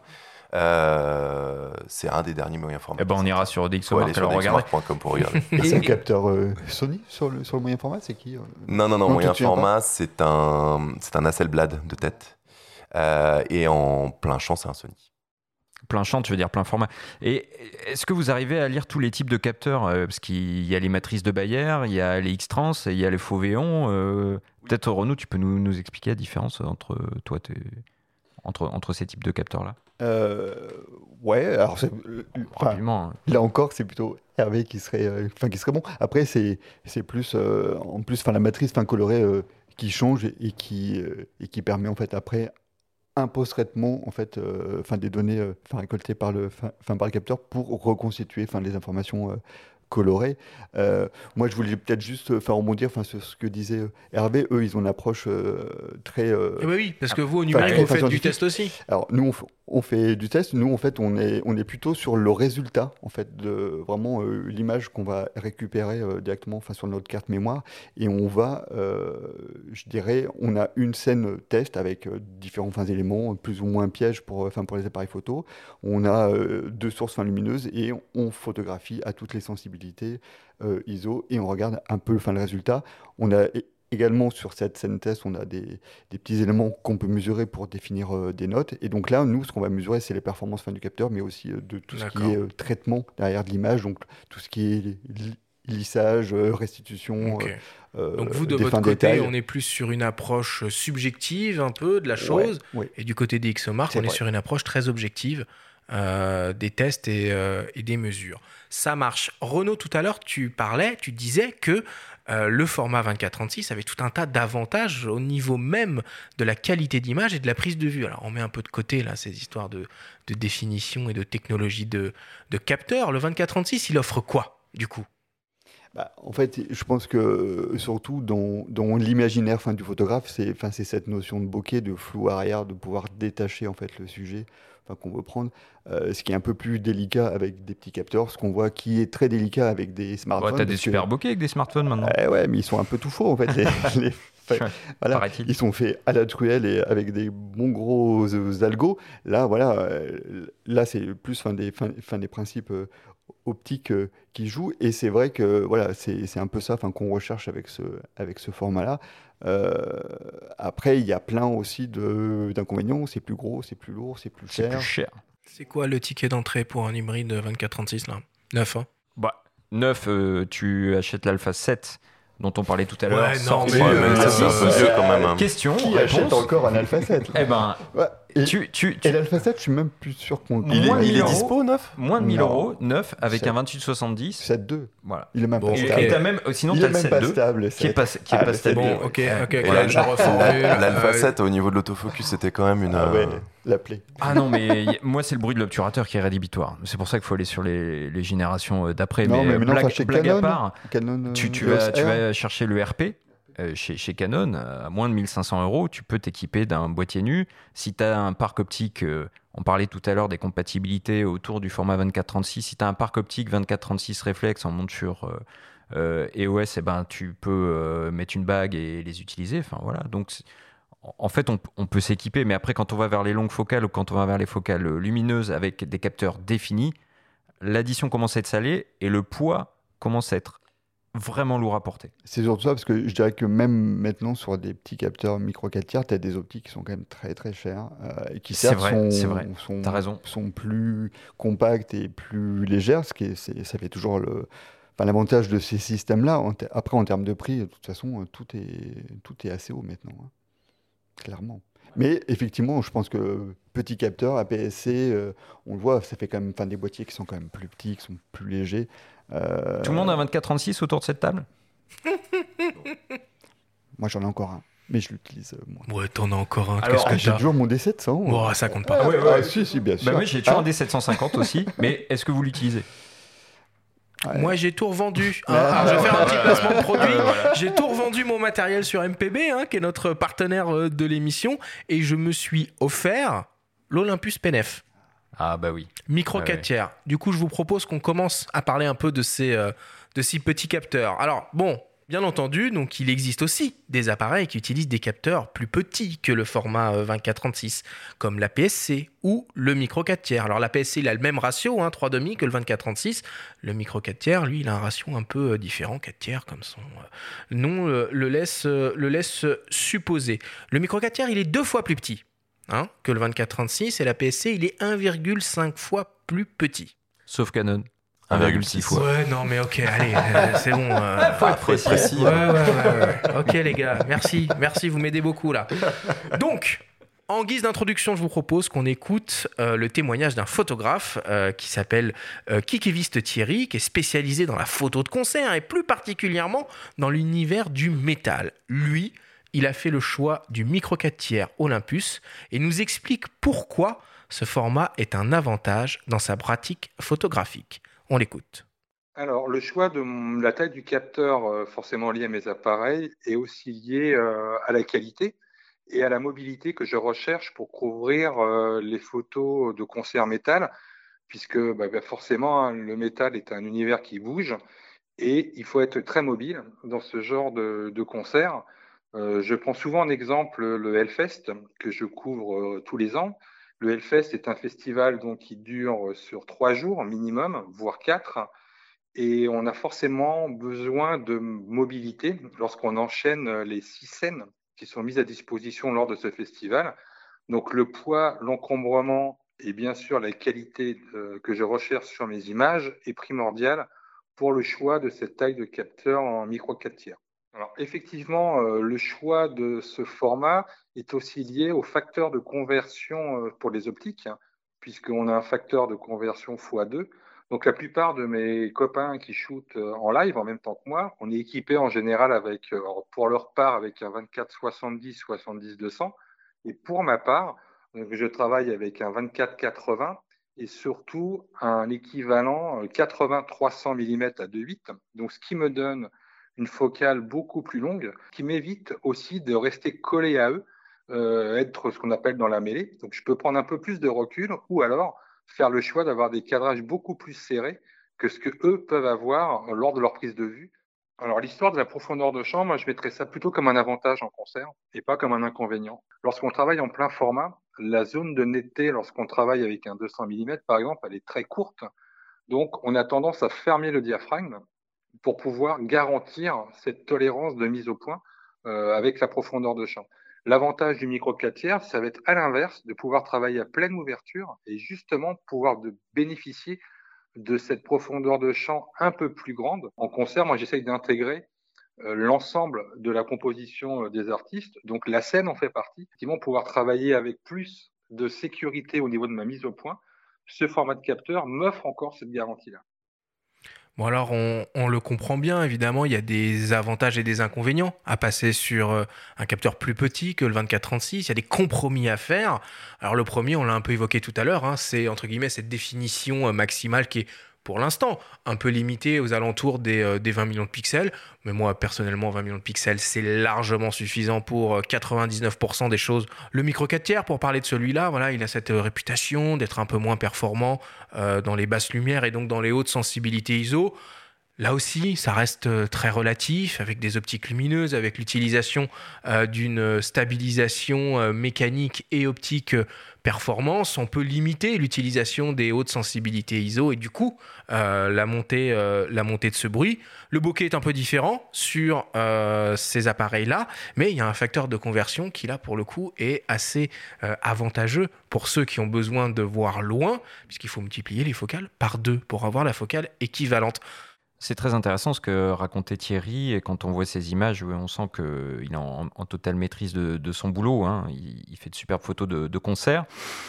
Euh, c'est un des derniers moyens formats. Eh ben on ira sur Faut aller DxOMark sur alors regarder. dxomark point com pour regarder. Et c'est un capteur euh, Sony sur le, sur le moyen format, c'est qui euh Non, non, non, Non, tu moyen te souviens format, c'est un, c'est un Hasselblad de tête. Euh, et en plein champ, c'est un Sony. Plein champ, tu veux dire plein format. Et est-ce que vous arrivez à lire tous les types de capteurs euh, Parce qu'il y a les matrices de Bayer, il y a les X-Trans, et il y a les Foveon. Euh, peut-être Renaud, tu peux nous, nous expliquer la différence entre toi, tes, entre, entre ces types de capteurs-là Euh, Ouais, alors c'est, euh, enfin, Rapidement. hein. là encore, c'est plutôt Hervé qui serait, euh, enfin, qui serait bon. Après, c'est, c'est plus, euh, en plus, enfin, la matrice fin colorée euh, qui change et, et qui, euh, et qui permet en fait après un post-traitement en fait, euh, enfin, des données euh, enfin, récoltées par le, fin, fin, par le capteur pour reconstituer enfin, les informations euh, colorées. Euh, moi, je voulais peut-être juste euh, faire rebondir enfin, sur ce que disait euh, Hervé. Eux, ils ont une approche euh, très. euh, Eh ben oui, parce que vous, au numérique, Enfin, vous faites du scientifique. test aussi. Alors nous on, f- on fait du test, nous en fait on est, on est plutôt sur le résultat en fait de vraiment euh, l'image qu'on va récupérer euh, directement enfin, sur notre carte mémoire et on va, euh, je dirais, on a une scène test avec euh, différents enfin, éléments plus ou moins pièges pour, enfin, pour les appareils photo. On a euh, deux sources enfin, lumineuses et on photographie à toutes les sensibilités euh, I S O et on regarde un peu enfin, le résultat. On a é- également sur cette scène test, on a des, des petits éléments qu'on peut mesurer pour définir euh, des notes. Et donc là, nous, ce qu'on va mesurer, c'est les performances fin du capteur, mais aussi euh, de tout ce D'accord. qui est euh, traitement derrière de l'image, donc tout ce qui est li- lissage, euh, restitution. Ok. euh, Donc vous, de des votre fins côté, détails. on est plus sur une approche subjective un peu de la chose. Ouais, ouais. Et du côté des DxOMark, C'est on est vrai. sur une approche très objective euh, des tests et, euh, et des mesures. Ça marche. Renaud, tout à l'heure, tu parlais, tu disais que euh, le format vingt-quatre trente-six avait tout un tas d'avantages au niveau même de la qualité d'image et de la prise de vue. Alors on met un peu de côté là, ces histoires de, de définition et de technologie de, de capteur. Le vingt-quatre trente-six, il offre quoi, du coup? Bah, en fait, je pense que euh, surtout dans, dans l'imaginaire fin, du photographe, c'est, enfin, c'est cette notion de bokeh, de flou arrière, de pouvoir détacher en fait, le sujet enfin, qu'on veut prendre. Euh, ce qui est un peu plus délicat avec des petits capteurs, ce qu'on voit qui est très délicat avec des smartphones. Ouais, t'as des parce que- super bokeh avec des smartphones maintenant. Eh ouais, mais ils sont un peu tout faux en fait. Les, les- enfin, voilà, Paraît-il. ils sont faits à la truelle et avec des bons gros euh, algos. Là, voilà, euh, là c'est plus fin, des, fin, fin, des principes euh, optiques euh, qui jouent. Et c'est vrai que voilà, c'est, c'est un peu ça fin, qu'on recherche avec ce, avec ce format-là. Euh, après, il y a plein aussi de, d'inconvénients. C'est plus gros, c'est plus lourd, c'est plus C'est cher. plus cher. C'est quoi le ticket d'entrée pour un hybride vingt-quatre trente-six là? neuf, hein? Bah, neuf, euh, tu achètes l'Alpha sept. dont on parlait tout à l'heure. Ouais, non, sorti, mais, Ouais, euh, mais ça, c'est un peu euh, vieux quand même. hein. Question, Qui achète réponse. encore un Alpha sept là Eh ben, Ouais. Et, tu, tu, tu- et l'Alpha sept, je suis même plus sûr qu'on le Il est- trouve. Il est, il est euros. dispo, neuf moins de mille Non. euros, neuf, avec sept. un vingt-huit soixante-dix. sept deux. Voilà. Il est même Bon, pas ok. Et stable. t'as même, sinon, Il t'as est le même sept pas deux, stable, le qui est sept. pas, qui est Ah, pas le stable. sept deux. Bon, ok, Ouais. ok, Et voilà, là, je reformule. L'Alpha Euh, sept, au niveau de l'autofocus, c'était quand même une. Ah ouais, euh, l'appelé. Ah non, mais y- moi, c'est le bruit de l'obturateur qui est rédhibitoire. C'est pour ça qu'il faut aller sur les, les générations euh, d'après. Non, mais euh, maintenant, blague, enfin, chez blague à Canon, part, Canon tu, euh, tu, E O S vas, tu R. vas chercher le R P. euh, chez, chez Canon, à moins de mille cinq cents euros, tu peux t'équiper d'un boîtier nu. Si tu as un parc optique, euh, on parlait tout à l'heure des compatibilités autour du format vingt-quatre trente-six. Si tu as un parc optique vingt-quatre trente-six réflexe en monture euh, euh, E O S, eh ben, tu peux euh, mettre une bague et les utiliser. Enfin, voilà. Donc, c'est- en fait, on, on peut s'équiper, mais après, quand on va vers les longues focales ou quand on va vers les focales lumineuses avec des capteurs définis, l'addition commence à être salée et le poids commence à être vraiment lourd à porter. C'est surtout ça, parce que je dirais que même maintenant, sur des petits capteurs micro quatre tiers, tu as des optiques qui sont quand même très très chères euh, et qui C'est certes vrai, sont, c'est vrai. sont, T'as raison. sont plus compactes et plus légères, ce qui est, c'est- ça fait toujours le, enfin, l'avantage de ces systèmes-là. En ter- Après, en termes de prix, de toute façon, euh, tout est, tout est assez haut maintenant, hein, clairement. Mais effectivement, je pense que petit capteur, A P S C, euh, on le voit, ça fait quand même, enfin, des boîtiers qui sont quand même plus petits, qui sont plus légers. Euh, Tout le monde a un vingt-quatre trente-six autour de cette table? Moi, j'en ai encore un, mais je l'utilise euh, moins. Ouais, t'en as encore un. Alors, Qu'est-ce Ah, que j'ai t'as toujours mon D sept cents. Bon, ça compte pas. Ah, ouais, ah, ouais. si, si, bien sûr. Bah oui, j'ai toujours Ah, un D sept cent cinquante aussi, mais est-ce que vous l'utilisez? ouais. Moi, j'ai tout revendu. hein. Ah, Alors, je vais faire un petit placement de produit. Voilà. J'ai tout revendu mon matériel sur M P B, hein, qui est notre partenaire euh, de l'émission, et je me suis offert l'Olympus P N F. Ah bah oui. Micro Ah quatre ouais. tiers. Du coup, je vous propose qu'on commence à parler un peu de ces, euh, de ces petits capteurs. Alors, bon, bien entendu, donc il existe aussi des appareils qui utilisent des capteurs plus petits que le format euh, vingt-quatre trente-six, comme l'A P S C ou le micro quatre tiers. Alors, l'A P S C, il a le même ratio, hein, trois virgule cinq que le vingt-quatre trente-six. Le micro quatre tiers, lui, il a un ratio un peu euh, différent, quatre tiers, comme son euh, nom euh, le, laisse, euh, le laisse euh, supposer. Le micro quatre tiers, il est deux fois plus petit. Hein, que le vingt-quatre trente-six, et la P S C, il est un virgule cinq fois plus petit. Sauf Canon. un virgule six fois. Ouais, non, mais ok, allez, euh, c'est bon. euh, Faut être Faut être précis. précis. ouais, hein. ouais, ouais, ouais. Ok, les gars, merci, merci, vous m'aidez beaucoup là. Donc, en guise d'introduction, je vous propose qu'on écoute euh, le témoignage d'un photographe euh, qui s'appelle euh, Kikiviste Thierry, qui est spécialisé dans la photo de concert et plus particulièrement dans l'univers du métal. Lui, il a fait le choix du micro quatre tiers Olympus et nous explique pourquoi ce format est un avantage dans sa pratique photographique. On l'écoute. Alors, le choix de mon- la taille du capteur, euh, forcément lié à mes appareils, est aussi lié euh, à la qualité et à la mobilité que je recherche pour couvrir euh, les photos de concert métal, puisque bah, bah, forcément, hein, le métal est un univers qui bouge et il faut être très mobile dans ce genre de, de concert. Euh, je prends souvent en exemple le Hellfest que je couvre euh, tous les ans. Le Hellfest est un festival donc, qui dure sur trois jours minimum, voire quatre. Et on a forcément besoin de mobilité lorsqu'on enchaîne les six scènes qui sont mises à disposition lors de ce festival. Donc le poids, l'encombrement et bien sûr la qualité euh, que je recherche sur mes images est primordial pour le choix de cette taille de capteur en micro quatre tiers. Alors effectivement, euh, le choix de ce format est aussi lié au facteur de conversion euh, pour les optiques, hein, puisqu'on a un facteur de conversion fois deux. Donc la plupart de mes copains qui shootent euh, en live en même temps que moi, on est équipé en général avec, euh, pour leur part avec un vingt-quatre soixante-dix soixante-dix deux cents. Et pour ma part, euh, je travaille avec un vingt-quatre quatre-vingts et surtout un équivalent euh, quatre-vingts trois cents millimètres à deux virgule huit. Donc ce qui me donne une focale beaucoup plus longue, qui m'évite aussi de rester collé à eux, euh, être ce qu'on appelle dans la mêlée. Donc je peux prendre un peu plus de recul ou alors faire le choix d'avoir des cadrages beaucoup plus serrés que ce que eux peuvent avoir lors de leur prise de vue. Alors l'histoire de la profondeur de champ, moi je mettrais ça plutôt comme un avantage en concert et pas comme un inconvénient. Lorsqu'on travaille en plein format, la zone de netteté lorsqu'on travaille avec un deux cents millimètres par exemple, elle est très courte. Donc on a tendance à fermer le diaphragme pour pouvoir garantir cette tolérance de mise au point euh, avec la profondeur de champ. L'avantage du micro quatre tiers, ça va être à l'inverse, de pouvoir travailler à pleine ouverture et justement pouvoir de bénéficier de cette profondeur de champ un peu plus grande. En concert, moi, j'essaye d'intégrer euh, l'ensemble de la composition euh, des artistes. Donc la scène en fait partie. Effectivement, pouvoir travailler avec plus de sécurité au niveau de ma mise au point, ce format de capteur m'offre encore cette garantie-là. Bon alors on, on le comprend bien, évidemment, il y a des avantages et des inconvénients à passer sur euh, un capteur plus petit que le vingt-quatre trente-six, il y a des compromis à faire. Alors le premier, on l'a un peu évoqué tout à l'heure, hein, c'est entre guillemets cette définition euh, maximale qui est pour l'instant un peu limitée aux alentours des, euh, des vingt millions de pixels. Mais moi personnellement, vingt millions de pixels, c'est largement suffisant pour euh, quatre-vingt-dix-neuf pour cent des choses. Le micro quatre tiers, pour parler de celui-là, voilà, il a cette euh, réputation d'être un peu moins performant euh, dans les basses lumières et donc dans les hautes sensibilités I S O. Là aussi, ça reste très relatif, avec des optiques lumineuses, avec l'utilisation euh, d'une stabilisation euh, mécanique et optique euh, performance. On peut limiter l'utilisation des hautes sensibilités I S O et du coup, euh, la, montée, euh, la montée de ce bruit. Le bokeh est un peu différent sur euh, ces appareils-là, mais il y a un facteur de conversion qui, là, pour le coup, est assez euh, avantageux pour ceux qui ont besoin de voir loin, puisqu'il faut multiplier les focales par deux pour avoir la focale équivalente. C'est très intéressant ce que racontait Thierry, et quand on voit ces images, on sent qu'il est en, en totale maîtrise de, de son boulot, hein. il, il fait de superbes photos de, de concert.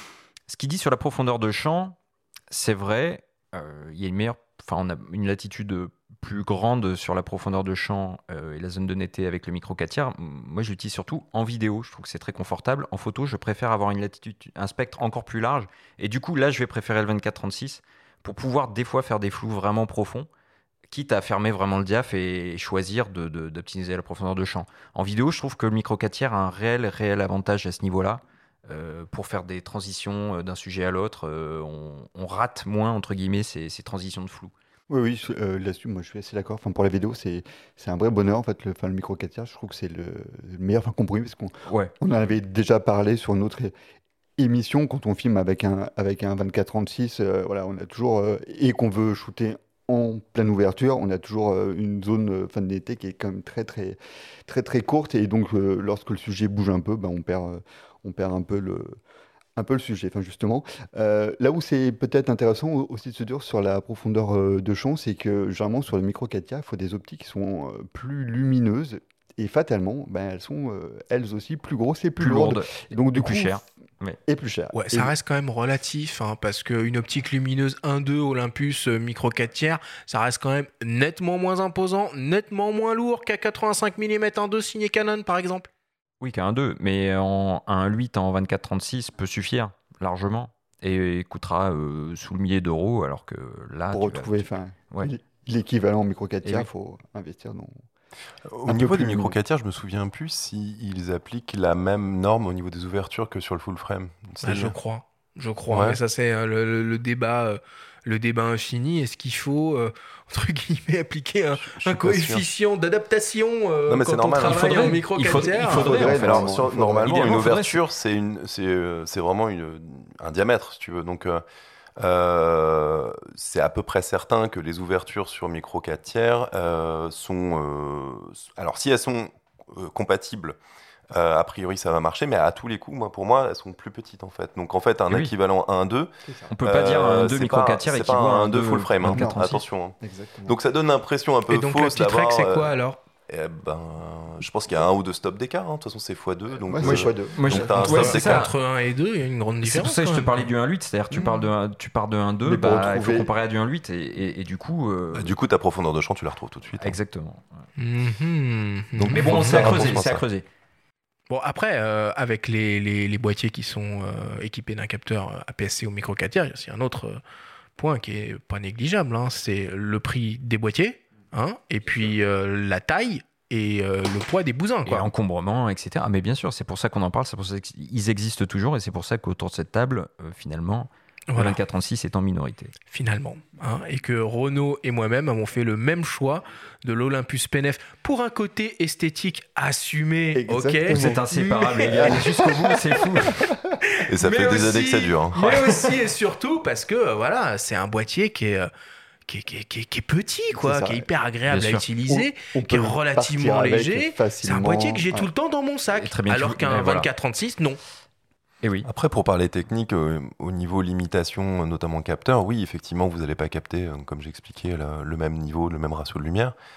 Ce qu'il dit sur la profondeur de champ, c'est vrai, euh, il y a une meilleure, enfin on a une latitude plus grande sur la profondeur de champ euh, et la zone de netteté avec le micro quatre tiers. Moi je l'utilise surtout en vidéo, je trouve que c'est très confortable. En photo, je préfère avoir une latitude, un spectre encore plus large, et du coup là je vais préférer le vingt-quatre trente-six pour pouvoir des fois faire des flous vraiment profonds, quitte à fermer vraiment le diaph et choisir de, de, d'optimiser la profondeur de champ. En vidéo, je trouve que le micro quatre tiers a un réel, réel avantage à ce niveau-là. Euh, pour faire des transitions d'un sujet à l'autre, euh, on, on rate moins, entre guillemets, ces, ces transitions de flou. Oui, oui, euh, là-dessus, moi je suis assez d'accord. Enfin, pour la vidéo, c'est, c'est un vrai bonheur. En fait, le, enfin, le micro quatre tiers, je trouve que c'est le, le meilleur enfin, compromis, parce qu'on ouais. on en avait déjà parlé sur une autre émission, quand on filme avec un, avec un vingt-quatre trente-six, euh, voilà, on a toujours, euh, et qu'on veut shooter en pleine ouverture, on a toujours euh, une zone euh, fin de netteté qui est quand même très très très très courte, et donc euh, lorsque le sujet bouge un peu, ben, on perd euh, on perd un peu le un peu le sujet. Enfin justement, euh, là où c'est peut-être intéressant aussi de se dire sur la profondeur euh, de champ, c'est que généralement sur le micro quatre tiers, il faut des optiques qui sont euh, plus lumineuses. Et fatalement, ben, elles sont euh, elles aussi plus grosses et plus, plus lourdes. lourdes. Et donc du et coup, plus chères. Mais... Et plus cher. Ouais, et ça reste quand même relatif, hein, parce qu'une optique lumineuse un deux Olympus euh, micro quatre tiers, ça reste quand même nettement moins imposant, nettement moins lourd qu'un quatre-vingt-cinq millimètres un deux signé Canon, par exemple. Oui, qu'un un deux, mais en, un huit en vingt-quatre trente-six peut suffire largement et coûtera euh, sous le millier d'euros, alors que là... Pour retrouver vas... ouais. l'équivalent micro quatre tiers, il oui. faut investir dans... Au un niveau des micro quatre tiers, je me souviens plus s'ils appliquent la même norme au niveau des ouvertures que sur le full frame. Ah, je crois, je crois. Ouais. Mais ça c'est euh, le, le, le débat, euh, le débat infini. Est-ce qu'il faut euh, entre guillemets appliquer un, je, je un coefficient d'adaptation euh, non, mais quand c'est normal, on travaille il faudrait, en micro quatre tiers? Il faudrait. Il faudrait, faudrait alors, sur, normalement, Idéalement, une ouverture, c'est une, c'est, c'est vraiment une, un diamètre, si tu veux. Donc euh, Euh, c'est à peu près certain que les ouvertures sur micro quatre tiers euh, sont... Euh, alors, si elles sont euh, compatibles, euh, a priori, ça va marcher, mais à tous les coups, moi, pour moi, elles sont plus petites, en fait. Donc, en fait, un oui. équivalent un deux... On peut pas euh, dire un deux micro quatre tiers équivaut à un deux full frame, hein, attention. Hein. Donc, ça donne l'impression un peu Et donc, fausse la petite règle, c'est quoi, euh, alors? Eh ben, je pense qu'il y a un ou deux stops d'écart. Hein. De toute façon, c'est fois deux. Donc, ouais, euh, c'est fois deux. Moi, donc je... t'as un ouais, stop c'est d'écart. Entre un et deux, il y a une grande différence. C'est pour ça que je te parlais du un huit, c'est-à-dire tu, mmh. parles de un, tu pars de un deux, bah, retrouver... il faut comparer à du un huit, et, et, et du coup... Euh... Du coup, ta profondeur de champ, tu la retrouves tout de suite. Hein. Exactement. Mmh. Donc, mais bon, c'est à creuser. C'est à creuser. Bon, après, euh, avec les, les, les boîtiers qui sont euh, équipés d'un capteur A P S C ou micro quatre tiers, il y a aussi un autre euh, point qui est pas négligeable, hein, c'est le prix des boîtiers, hein, et puis euh, la taille et euh, le poids des bousins, quoi. Et l'encombrement, et cetera. Mais bien sûr, c'est pour ça qu'on en parle, c'est pour ça qu'ils existent toujours, et c'est pour ça qu'autour de cette table, euh, finalement, voilà. Le vingt-quatre trente-six est en minorité. Finalement. Hein, et que Renaud et moi-même avons fait le même choix de l'Olympus P N F pour un côté esthétique assumé. Exactement. Ok, c'est inséparable, les gars. Jusqu'au bout, c'est fou. Et ça mais fait aussi, des années que ça dure. Hein. Mais aussi et surtout parce que euh, voilà, c'est un boîtier qui est... Euh, Qui est, qui, est, qui, est, qui est petit, quoi, ça, qui est hyper agréable bien à sûr. utiliser, on, on qui est relativement léger. C'est un boîtier que j'ai ouais. tout le temps dans mon sac, très bien alors tout, qu'un voilà. vingt-quatre trente-six, non. Et oui. Après, pour parler technique, euh, au niveau limitation, notamment capteur, oui, effectivement, vous n'allez pas capter, euh, comme j'expliquais, le, le même niveau, le même ratio de lumière.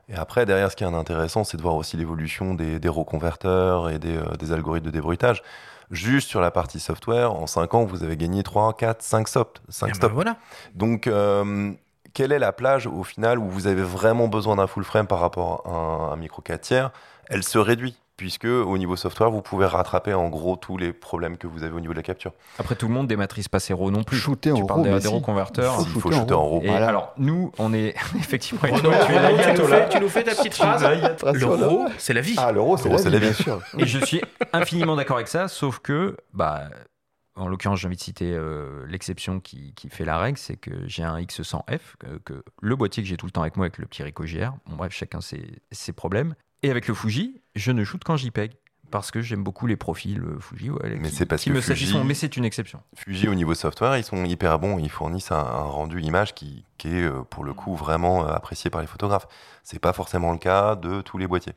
Et après, derrière, ce qui est intéressant, c'est de voir aussi l'évolution des, des RAW-converteurs et des, euh, des algorithmes de débruitage. Juste sur la partie software, en cinq ans, vous avez gagné trois, quatre, cinq stops. cinq Eh ben stops. voilà. Donc, euh, quelle est la plage, au final, où vous avez vraiment besoin d'un full frame par rapport à un, un micro quatre tiers? Elle se réduit, puisque au niveau software, vous pouvez rattraper en gros tous les problèmes que vous avez au niveau de la capture. Après, tout le monde dématrise pas ses RAW non plus. Shooter tu en parles RAW, des, mais des si. RAW converteurs. Faut Il faut shooter shooter en en RAW. Et Voilà. alors, nous, on est effectivement. Renaud, Renaud, tu, nous fais, tu nous fais ta petite phrase. Le RAW, c'est la vie. Ah, l'euro, c'est L'euro, la c'est vie, la bien vie. sûr. Et je suis infiniment d'accord avec ça, sauf que, bah, en l'occurrence, j'ai envie de citer euh, l'exception qui, qui fait la règle, c'est que j'ai un X cent F, que, que le boîtier que j'ai tout le temps avec moi avec le petit Ricoh J R. Bon, bref, chacun ses, ses problèmes. Et avec le Fuji, je ne shoot qu'en JPEG. Parce que j'aime beaucoup les profils euh, Fuji, ouais, Mais qui, c'est parce qui que me Fuji- satisfont, mais c'est une exception. Fuji, au niveau software, ils sont hyper bons. Ils fournissent un, un rendu image qui, qui est, euh, pour le coup, vraiment euh, apprécié par les photographes. C'est pas forcément le cas de tous les boîtiers.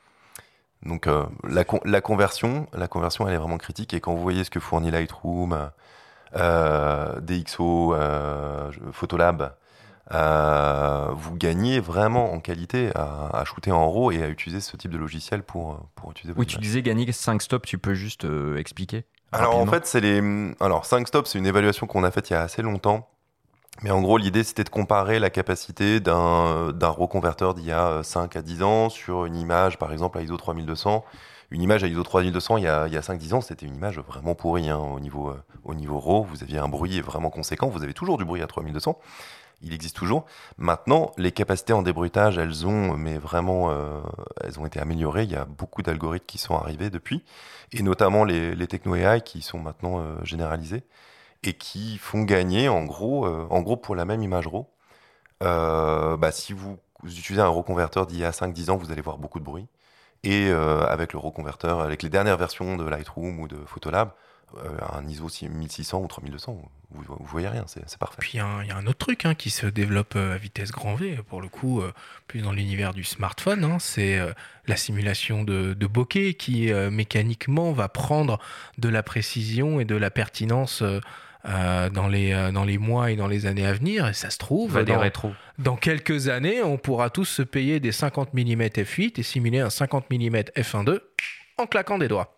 Donc, euh, la, con- la conversion, la conversion, elle est vraiment critique. Et quand vous voyez ce que fournit Lightroom, euh, D X O, euh, Photolab, euh, vous gagnez vraiment en qualité à, à shooter en RAW et à utiliser ce type de logiciel pour, pour utiliser vos Oui, tu images. disais gagner cinq stops, tu peux juste euh, expliquer Alors en rapidement. fait, c'est les alors cinq stops, c'est une évaluation qu'on a faite il y a assez longtemps. Mais en gros, l'idée c'était de comparer la capacité d'un d'un RAW converteur d'il y a cinq à dix ans sur une image par exemple à I S O trois mille deux cents. Une image à I S O trois mille deux cents il y a il y a cinq dix ans, c'était une image vraiment pourrie hein, au niveau euh, au niveau RAW, vous aviez un bruit vraiment conséquent, vous avez toujours du bruit à trois mille deux cents. Il existe toujours. Maintenant, les capacités en débruitage, elles ont, mais vraiment, euh, elles ont été améliorées. Il y a beaucoup d'algorithmes qui sont arrivés depuis, et notamment les, les techno A I qui sont maintenant euh, généralisés et qui font gagner, en gros, euh, en gros pour la même image RAW. Euh, bah, si vous, vous utilisez un RAW converteur d'il y a cinq dix ans, vous allez voir beaucoup de bruit. Et euh, avec le RAW converteur, avec les dernières versions de Lightroom ou de Photolab, euh, un I S O mille six cents ou trois mille deux cents, vous, vous voyez rien, c'est, c'est parfait. Puis il y, a un- il y a un autre truc hein, qui se développe euh, à vitesse grand V, pour le coup, euh, plus dans l'univers du smartphone, hein, c'est euh, la simulation de, de bokeh qui euh, mécaniquement va prendre de la précision et de la pertinence euh, euh, dans, les, euh, dans les mois et dans les années à venir. Et ça se trouve, Va des dans, rétros. dans quelques années, on pourra tous se payer des cinquante millimètres f huit et simuler un cinquante millimètres f un point deux en claquant des doigts.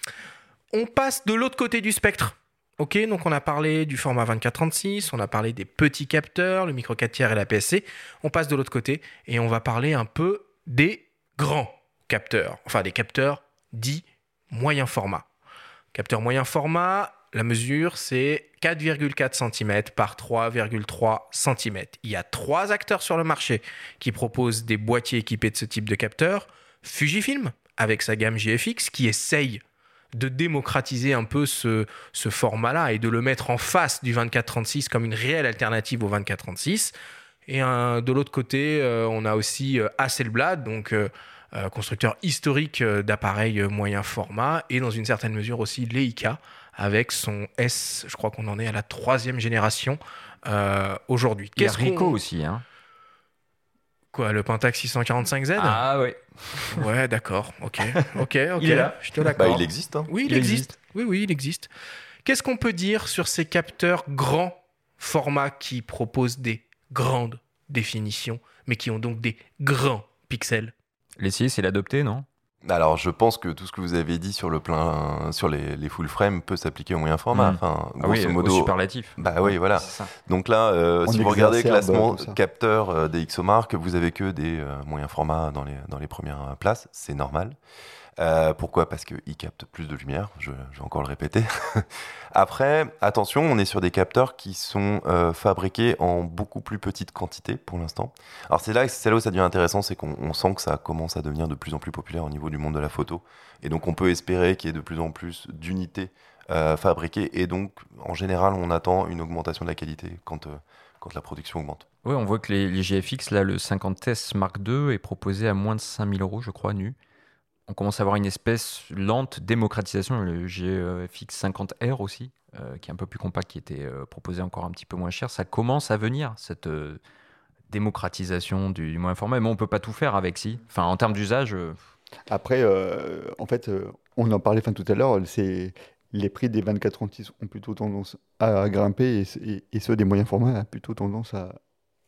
On passe de l'autre côté du spectre. Ok, donc on a parlé du format vingt-quatre trente-six, on a parlé des petits capteurs, le micro quatre tiers et la P S C. On passe de l'autre côté et on va parler un peu des grands capteurs, enfin des capteurs dits moyen format. Capteur moyen format, la mesure c'est quatre virgule quatre centimètres par trois virgule trois centimètres. Il y a trois acteurs sur le marché qui proposent des boîtiers équipés de ce type de capteur. Fujifilm, avec sa gamme G F X, qui essaye de démocratiser un peu ce, ce format-là et de le mettre en face du vingt-quatre trente-six comme une réelle alternative au vingt-quatre trente-six. Et euh, de l'autre côté, euh, on a aussi euh, Hasselblad, donc euh, euh, constructeur historique euh, d'appareils euh, moyen format, et dans une certaine mesure aussi Leica, avec son S, je crois qu'on en est à la troisième génération euh, aujourd'hui. Il y a Qu'est-ce Ricoh qu'on... aussi. Hein. Quoi, le Pentax six cent quarante-cinq Z? Ah ouais. Ouais, d'accord, ok, ok, ok, Il est là. je te l'accorde. Bah, il existe. Hein. Oui, il, Il existe. existe. Oui, oui, il existe. Qu'est-ce qu'on peut dire sur ces capteurs grands formats qui proposent des grandes définitions, mais qui ont donc des grands pixels? L'essayer, c'est l'adopter, non? Alors, je pense que tout ce que vous avez dit sur le plein, sur les, les full frame peut s'appliquer au moyen format. Mm. Enfin, Ah oui, grosso au modo. superlatif. Bah oui, voilà. C'est ça. Donc là, euh, On si vous regardez le exacerbe classement tout ça. capteur euh, des Xomark, vous avez que des euh, moyens formats dans les, dans les premières places. C'est normal. Euh, pourquoi? Parce qu'ils captent plus de lumière, je, je vais encore le répéter. Après, attention, on est sur des capteurs qui sont euh, fabriqués en beaucoup plus petite quantité pour l'instant. Alors c'est là, c'est là où ça devient intéressant, c'est qu'on on sent que ça commence à devenir de plus en plus populaire au niveau du monde de la photo. Et donc on peut espérer qu'il y ait de plus en plus d'unités euh, fabriquées. Et donc, en général, on attend une augmentation de la qualité quand, euh, quand la production augmente. Oui, on voit que les, les G F X, là, le cinquante S Mark deux est proposé à moins de cinq mille euros, je crois, nu. On commence à avoir une espèce lente démocratisation. Le G F X cinquante R aussi, euh, qui est un peu plus compact, qui était euh, proposé encore un petit peu moins cher. Ça commence à venir, cette euh, démocratisation du, du moyen format. Mais on ne peut pas tout faire avec, si. Enfin, en termes d'usage... euh, Après, euh, en fait, euh, on en parlait fin, tout à l'heure, c'est les prix des vingt-quatre trente-six ont plutôt tendance à grimper et, et- et ceux des moyens formats ont plutôt tendance à,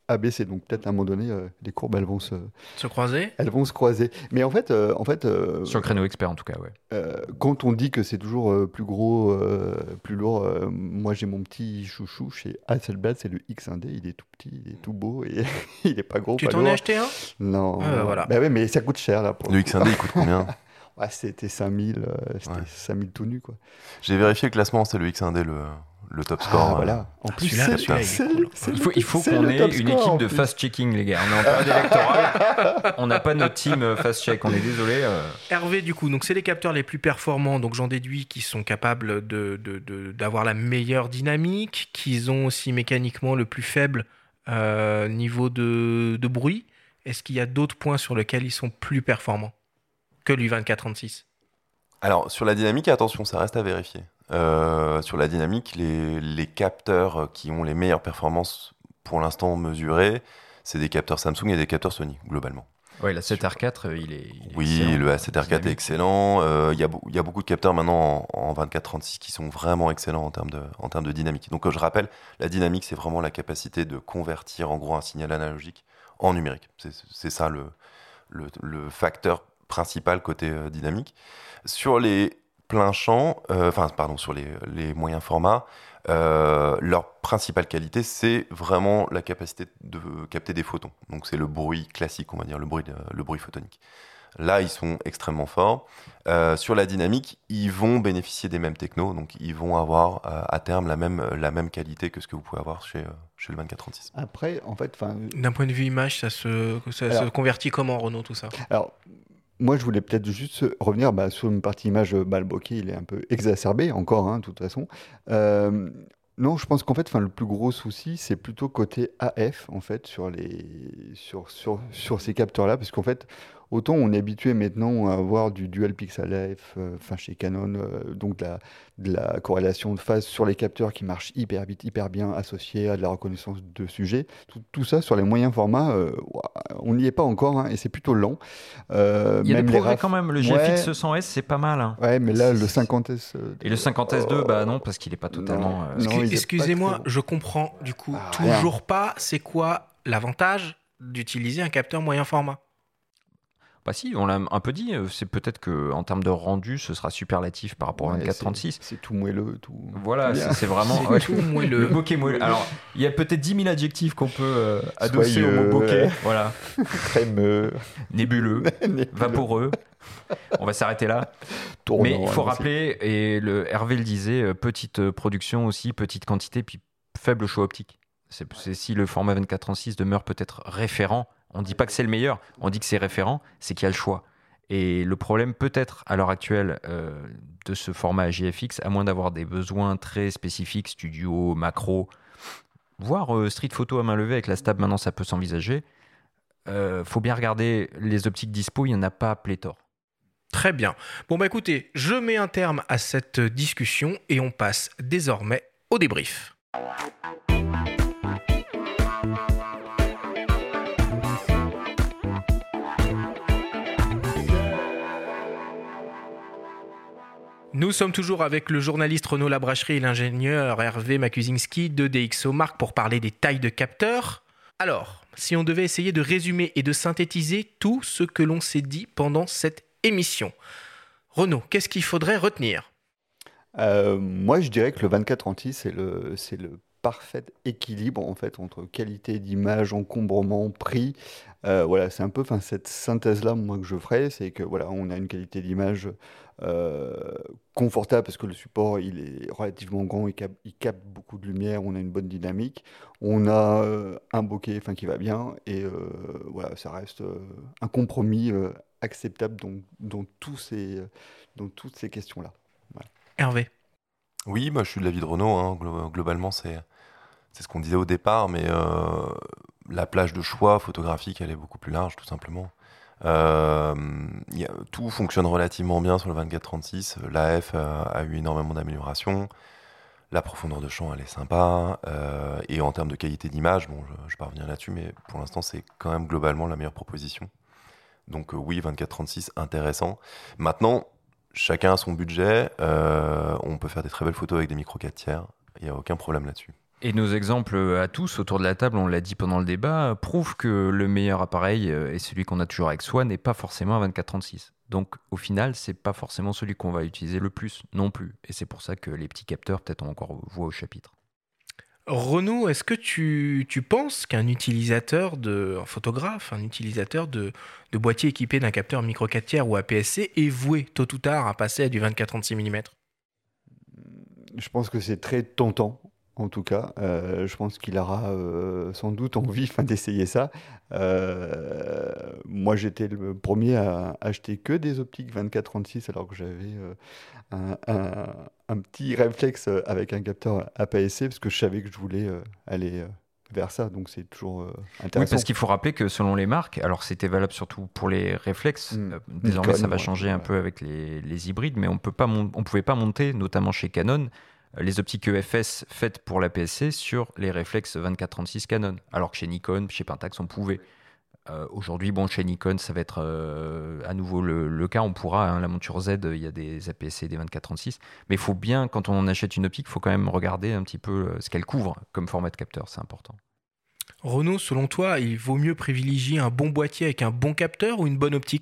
abaisser. Donc peut-être à un moment donné, euh, les courbes, elles vont se, Se croiser. elles vont se croiser. Mais en fait, euh, en fait euh, Sur le créneau expert, en tout cas, ouais. euh, quand on dit que c'est toujours euh, plus gros, euh, plus lourd, euh, moi j'ai mon petit chouchou chez Hasselblad, c'est le X un D. Il est tout petit, il est tout beau et il est pas gros, Tu pas t'en lourd. as acheté un? Non. Ah, bah, voilà. Bah ouais, mais ça coûte cher là. Pour Le le X coup. un D, il coûte combien? Ouais, c'était cinq mille, euh, c'était Ouais. cinq mille tout nu quoi. J'ai vérifié le classement, c'est le X un D le, le top score. Ah euh. voilà. En Ah, plus, celui-là, c'est celui-là, il est c'est- cool. c'est Il le- faut, il faut c'est qu'on le ait top une score, équipe en de plus. fast-checking, les gars. On est en période électorale. On n'a pas notre team euh, fast-check. On est désolé. euh. Hervé, du coup, donc c'est les capteurs les plus performants, donc j'en déduis qu'ils sont capables de, de- de- d'avoir la meilleure dynamique, qu'ils ont aussi mécaniquement le plus faible euh, niveau de, de bruit. Est-ce qu'il y a d'autres points sur lesquels ils sont plus performants que l'U vingt-quatre trente-six? Alors, sur la dynamique, attention, ça reste à vérifier. Euh, sur la dynamique, les, les capteurs qui ont les meilleures performances pour l'instant mesurées, c'est des capteurs Samsung et des capteurs Sony, globalement. Ouais, la sept R quatre, euh, il est. il est Oui, excellent. le A sept R quatre est Dynamique. excellent. Euh, Il y, a beau- il y a beaucoup de capteurs maintenant en, en vingt-quatre trente-six qui sont vraiment excellents en termes de, en termes de dynamique. Donc, euh, je rappelle, la dynamique, c'est vraiment la capacité de convertir en gros un signal analogique en numérique. C'est c'est ça le, le, le facteur principal côté euh, dynamique. Sur les pleins champs, euh, enfin, pardon, sur les, les moyens formats, euh, leur principale qualité, c'est vraiment la capacité de capter des photons. Donc, c'est le bruit classique, on va dire, le bruit, de- le bruit photonique. Là, ils sont extrêmement forts. Euh, sur la dynamique, ils vont bénéficier des mêmes technos, donc ils vont avoir euh, à terme la même, la même qualité que ce que vous pouvez avoir chez, euh, chez le vingt-quatre trente-six. Après, en fait, enfin, D'un point de vue image, ça se, ça Alors- se convertit comment, Renaud, tout ça? alors, moi, je voulais peut-être juste revenir bah, sur une partie image. euh, Bah, le bokeh, il est un peu exacerbé encore, hein, de toute façon. Euh, non, je pense qu'en fait, enfin, le plus gros souci, c'est plutôt côté A F, en fait, sur les, sur, sur, sur ces capteurs-là, parce qu'en fait, autant on est habitué maintenant à avoir du dual pixel A F, euh, enfin chez Canon, euh, donc de la, de la corrélation de phase sur les capteurs qui marchent hyper vite, hyper bien, associés à de la reconnaissance de sujet. Tout, tout ça sur les moyens formats, euh, ouah, on n'y est pas encore, hein, et c'est plutôt lent. Euh, Il y a même des les progrès raf- quand même. Le Ouais. G F X cent S, c'est pas mal. hein. Ouais, mais là, C'est- le cinquante S. euh, Et le cinquante S deux, oh, bah non, parce qu'il est pas totalement. non, euh, non, Excuse- il est pas Excusez-moi, très bon. je comprends du coup Ah, rien. toujours pas c'est quoi l'avantage d'utiliser un capteur moyen format. Bah si, on l'a un peu dit. euh, C'est peut-être que en termes de rendu, ce sera superlatif par rapport au Ouais, vingt-quatre c'est- trente-six. C'est tout moelleux, tout. Voilà, tout bien. c'est c'est vraiment. C'est ouais. tout moelleux. Le bokeh moelleux. Alors, il y a peut-être dix mille adjectifs qu'on peut euh, adosser au Soyeux. mot bokeh. Voilà. Crémeux, Nébuleux, vaporeux. On va s'arrêter là. tournant, Mais il faut hein, c'est- rappeler, et le Hervé le disait, euh, petite euh, production aussi, petite quantité, puis faible choix optique. C'est c'est- si le format vingt-quatre trente-six demeure peut-être référent, on ne dit pas que c'est le meilleur, on dit que c'est référent, c'est qu'il y a le choix. Et le problème peut-être à l'heure actuelle euh, de ce format J F X, à moins d'avoir des besoins très spécifiques, studio, macro, voire euh, street photo à main levée avec la stab, maintenant ça peut s'envisager, euh, faut bien regarder les optiques dispo, il n'y en a pas pléthore. Très bien. Bon bah écoutez, je mets un terme à cette discussion et on passe désormais au débrief. Nous sommes toujours avec le journaliste Renaud Labracherie et l'ingénieur Hervé Makusinski de D X O Mark pour parler des tailles de capteurs. Alors, si on devait essayer de résumer et de synthétiser tout ce que l'on s'est dit pendant cette émission, Renaud, qu'est-ce qu'il faudrait retenir ? Euh, moi, je dirais que le vingt-quatre trente-six, c'est le, c'est le parfait équilibre en fait entre qualité d'image, encombrement, prix. Euh, voilà, c'est un peu, enfin, cette synthèse-là, moi que je ferais, c'est que voilà, on a une qualité d'image euh, confortable parce que le support il est relativement grand, il capte, il capte beaucoup de lumière, on a une bonne dynamique, on a euh, un bokeh, enfin, qui va bien et euh, voilà, ça reste euh, un compromis euh, acceptable dans, dans tous ces, dans toutes ces questions-là. Hervé. Oui, bah, je suis de l'avis de Renaud. Hein. Glo- Globalement, c'est c'est ce qu'on disait au départ, mais euh, la plage de choix photographique, elle est beaucoup plus large, tout simplement. Euh, y a, tout fonctionne relativement bien sur le vingt-quatre trente-six. L'A F a, a eu énormément d'améliorations. La profondeur de champ, elle est sympa. Euh, et en termes de qualité d'image, bon, je ne vais pas revenir là-dessus, mais pour l'instant, c'est quand même globalement la meilleure proposition. Donc euh, oui, vingt-quatre trente-six, intéressant. Maintenant, chacun a son budget. Euh, on peut faire des très belles photos avec des micros quatre tiers. Il n'y a aucun problème là-dessus. Et nos exemples à tous autour de la table, on l'a dit pendant le débat, prouvent que le meilleur appareil et celui qu'on a toujours avec soi n'est pas forcément un vingt-quatre trente-six. Donc au final, c'est pas forcément celui qu'on va utiliser le plus non plus. Et c'est pour ça que les petits capteurs, peut-être, ont encore voix au chapitre. Renaud, est-ce que tu, tu penses qu'un utilisateur, de, un photographe, un utilisateur de, de boîtier équipé d'un capteur micro quatre tiers ou A P S C est voué tôt ou tard à passer à du vingt-quatre trente-six millimètres ? Je pense que c'est très tentant. En tout cas, euh, je pense qu'il aura euh, sans doute envie fin, d'essayer ça. Euh, moi, j'étais le premier à acheter que des optiques vingt-quatre trente-six, alors que j'avais euh, un, un, un petit réflexe avec un capteur A P S C, parce que je savais que je voulais euh, aller euh, vers ça. Donc, c'est toujours euh, intéressant. Oui, parce qu'il faut rappeler que selon les marques, alors c'était valable surtout pour les réflexes, mmh. euh, désormais Nikon, ça va ouais, changer ouais. un peu avec les, les hybrides, mais on ne pouvait pas monter, notamment chez Canon, les optiques E F S faites pour l'A P S C sur les réflexes vingt-quatre trente-six Canon, alors que chez Nikon, chez Pentax, on pouvait. Euh, aujourd'hui, bon, chez Nikon, ça va être euh, à nouveau le, le cas. On pourra, hein, la monture Z, il y a des A P S C et des vingt-quatre trente-six. Mais il faut bien, quand on achète une optique, il faut quand même regarder un petit peu ce qu'elle couvre comme format de capteur, c'est important. Renaud, selon toi, il vaut mieux privilégier un bon boîtier avec un bon capteur ou une bonne optique ?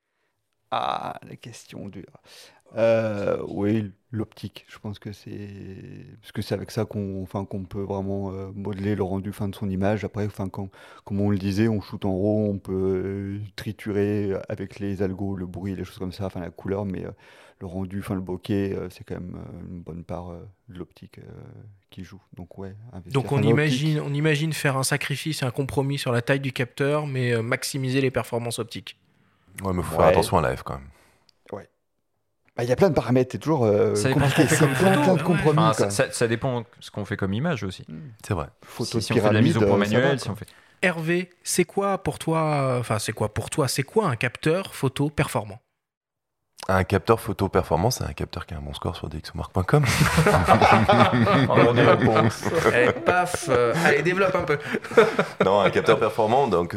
Ah, la question dure. Euh, oui, l'optique. Je pense que c'est parce que c'est avec ça qu'on, enfin, qu'on peut vraiment euh, modeler le rendu fin de son image. Après, enfin, quand, comme on le disait, on shoot en RAW, on peut euh, triturer avec les algos, le bruit, les choses comme ça, enfin la couleur, mais euh, le rendu, enfin le bokeh, euh, c'est quand même euh, une bonne part euh, de l'optique euh, qui joue. Donc ouais. Donc on imagine, on imagine faire un sacrifice, un compromis sur la taille du capteur, mais euh, maximiser les performances optiques. Ouais, mais il faut ouais. faire attention à la F quand même. Ouais. Il bah, y a plein de paramètres, c'est toujours euh, ça compliqué. C'est plein, plein de compromis. Enfin, ça, ça, ça dépend de ce qu'on fait comme image aussi. Mmh. C'est vrai. Photo si, de si on fait de la mise au point pyramide, manuel, va, si on fait... Hervé, c'est quoi pour toi, enfin c'est quoi pour toi, c'est quoi un capteur photo performant ? Un capteur photo performant, c'est un capteur qui a un bon score sur D X O mark point com. Bonne réponse. Allez, paf, euh, allez, développe un peu. Non, un capteur performant, donc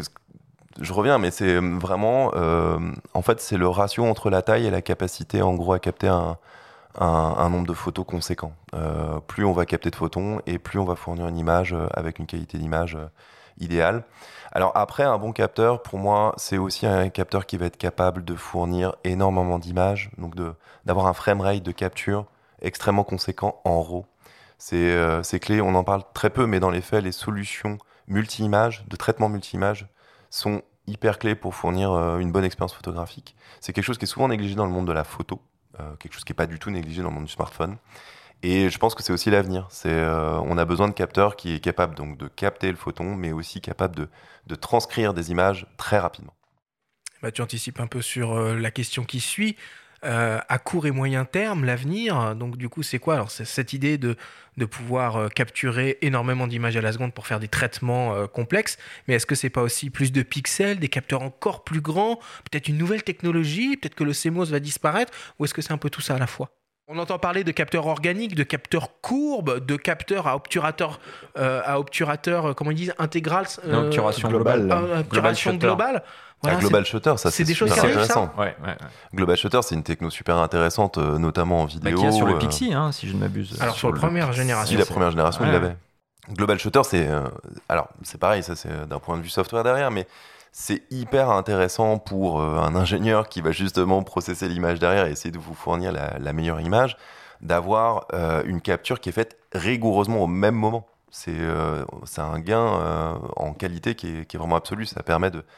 je reviens, mais c'est vraiment, euh, en fait, c'est le ratio entre la taille et la capacité, en gros, à capter un, un, un nombre de photos conséquent. Euh, plus on va capter de photons et plus on va fournir une image avec une qualité d'image euh, idéale. Alors après, un bon capteur, pour moi, c'est aussi un capteur qui va être capable de fournir énormément d'images, donc de, d'avoir un framerate de capture extrêmement conséquent en RAW. C'est, euh, c'est clé, on en parle très peu, mais dans les faits, les solutions multi-images, de traitement multi-images, sont hyper clés pour fournir euh, une bonne expérience photographique. C'est quelque chose qui est souvent négligé dans le monde de la photo, euh, quelque chose qui n'est pas du tout négligé dans le monde du smartphone. Et je pense que c'est aussi l'avenir. C'est, euh, on a besoin de capteurs qui est capable donc de capter le photon, mais aussi capable de, de transcrire des images très rapidement. Bah, tu anticipes un peu sur euh, la question qui suit. Euh, à court et moyen terme, l'avenir, donc du coup, c'est quoi ? Alors, c'est cette idée de, de pouvoir euh, capturer énormément d'images à la seconde pour faire des traitements euh, complexes, mais est-ce que c'est pas aussi plus de pixels, des capteurs encore plus grands, peut-être une nouvelle technologie, peut-être que le C M O S va disparaître, ou est-ce que c'est un peu tout ça à la fois ? On entend parler de capteurs organiques, de capteurs courbes, de capteurs à obturateur, euh, à obturateur, euh, comment ils disent, intégral, euh, non, obturation globale. globale. Euh, obturation global globale. Voilà, ah, Global c'est, Shutter, ça c'est, c'est c'est des choses super qui arrivent, intéressant. ça ouais, ouais, ouais. Global Shutter, c'est une techno super intéressante, euh, notamment en vidéo. Bah, qu'il y a sur le euh... Pixie, hein, si je ne m'abuse. Alors sur, sur la première génération. Si la première génération, ouais. il l'avait. Global Shutter, c'est euh, alors c'est pareil, ça c'est d'un point de vue software derrière, mais c'est hyper intéressant pour euh, un ingénieur qui va justement processer l'image derrière et essayer de vous fournir la, la meilleure image, d'avoir euh, une capture qui est faite rigoureusement au même moment. C'est, euh, c'est un gain euh, en qualité qui est, qui est vraiment absolu. Ça permet de,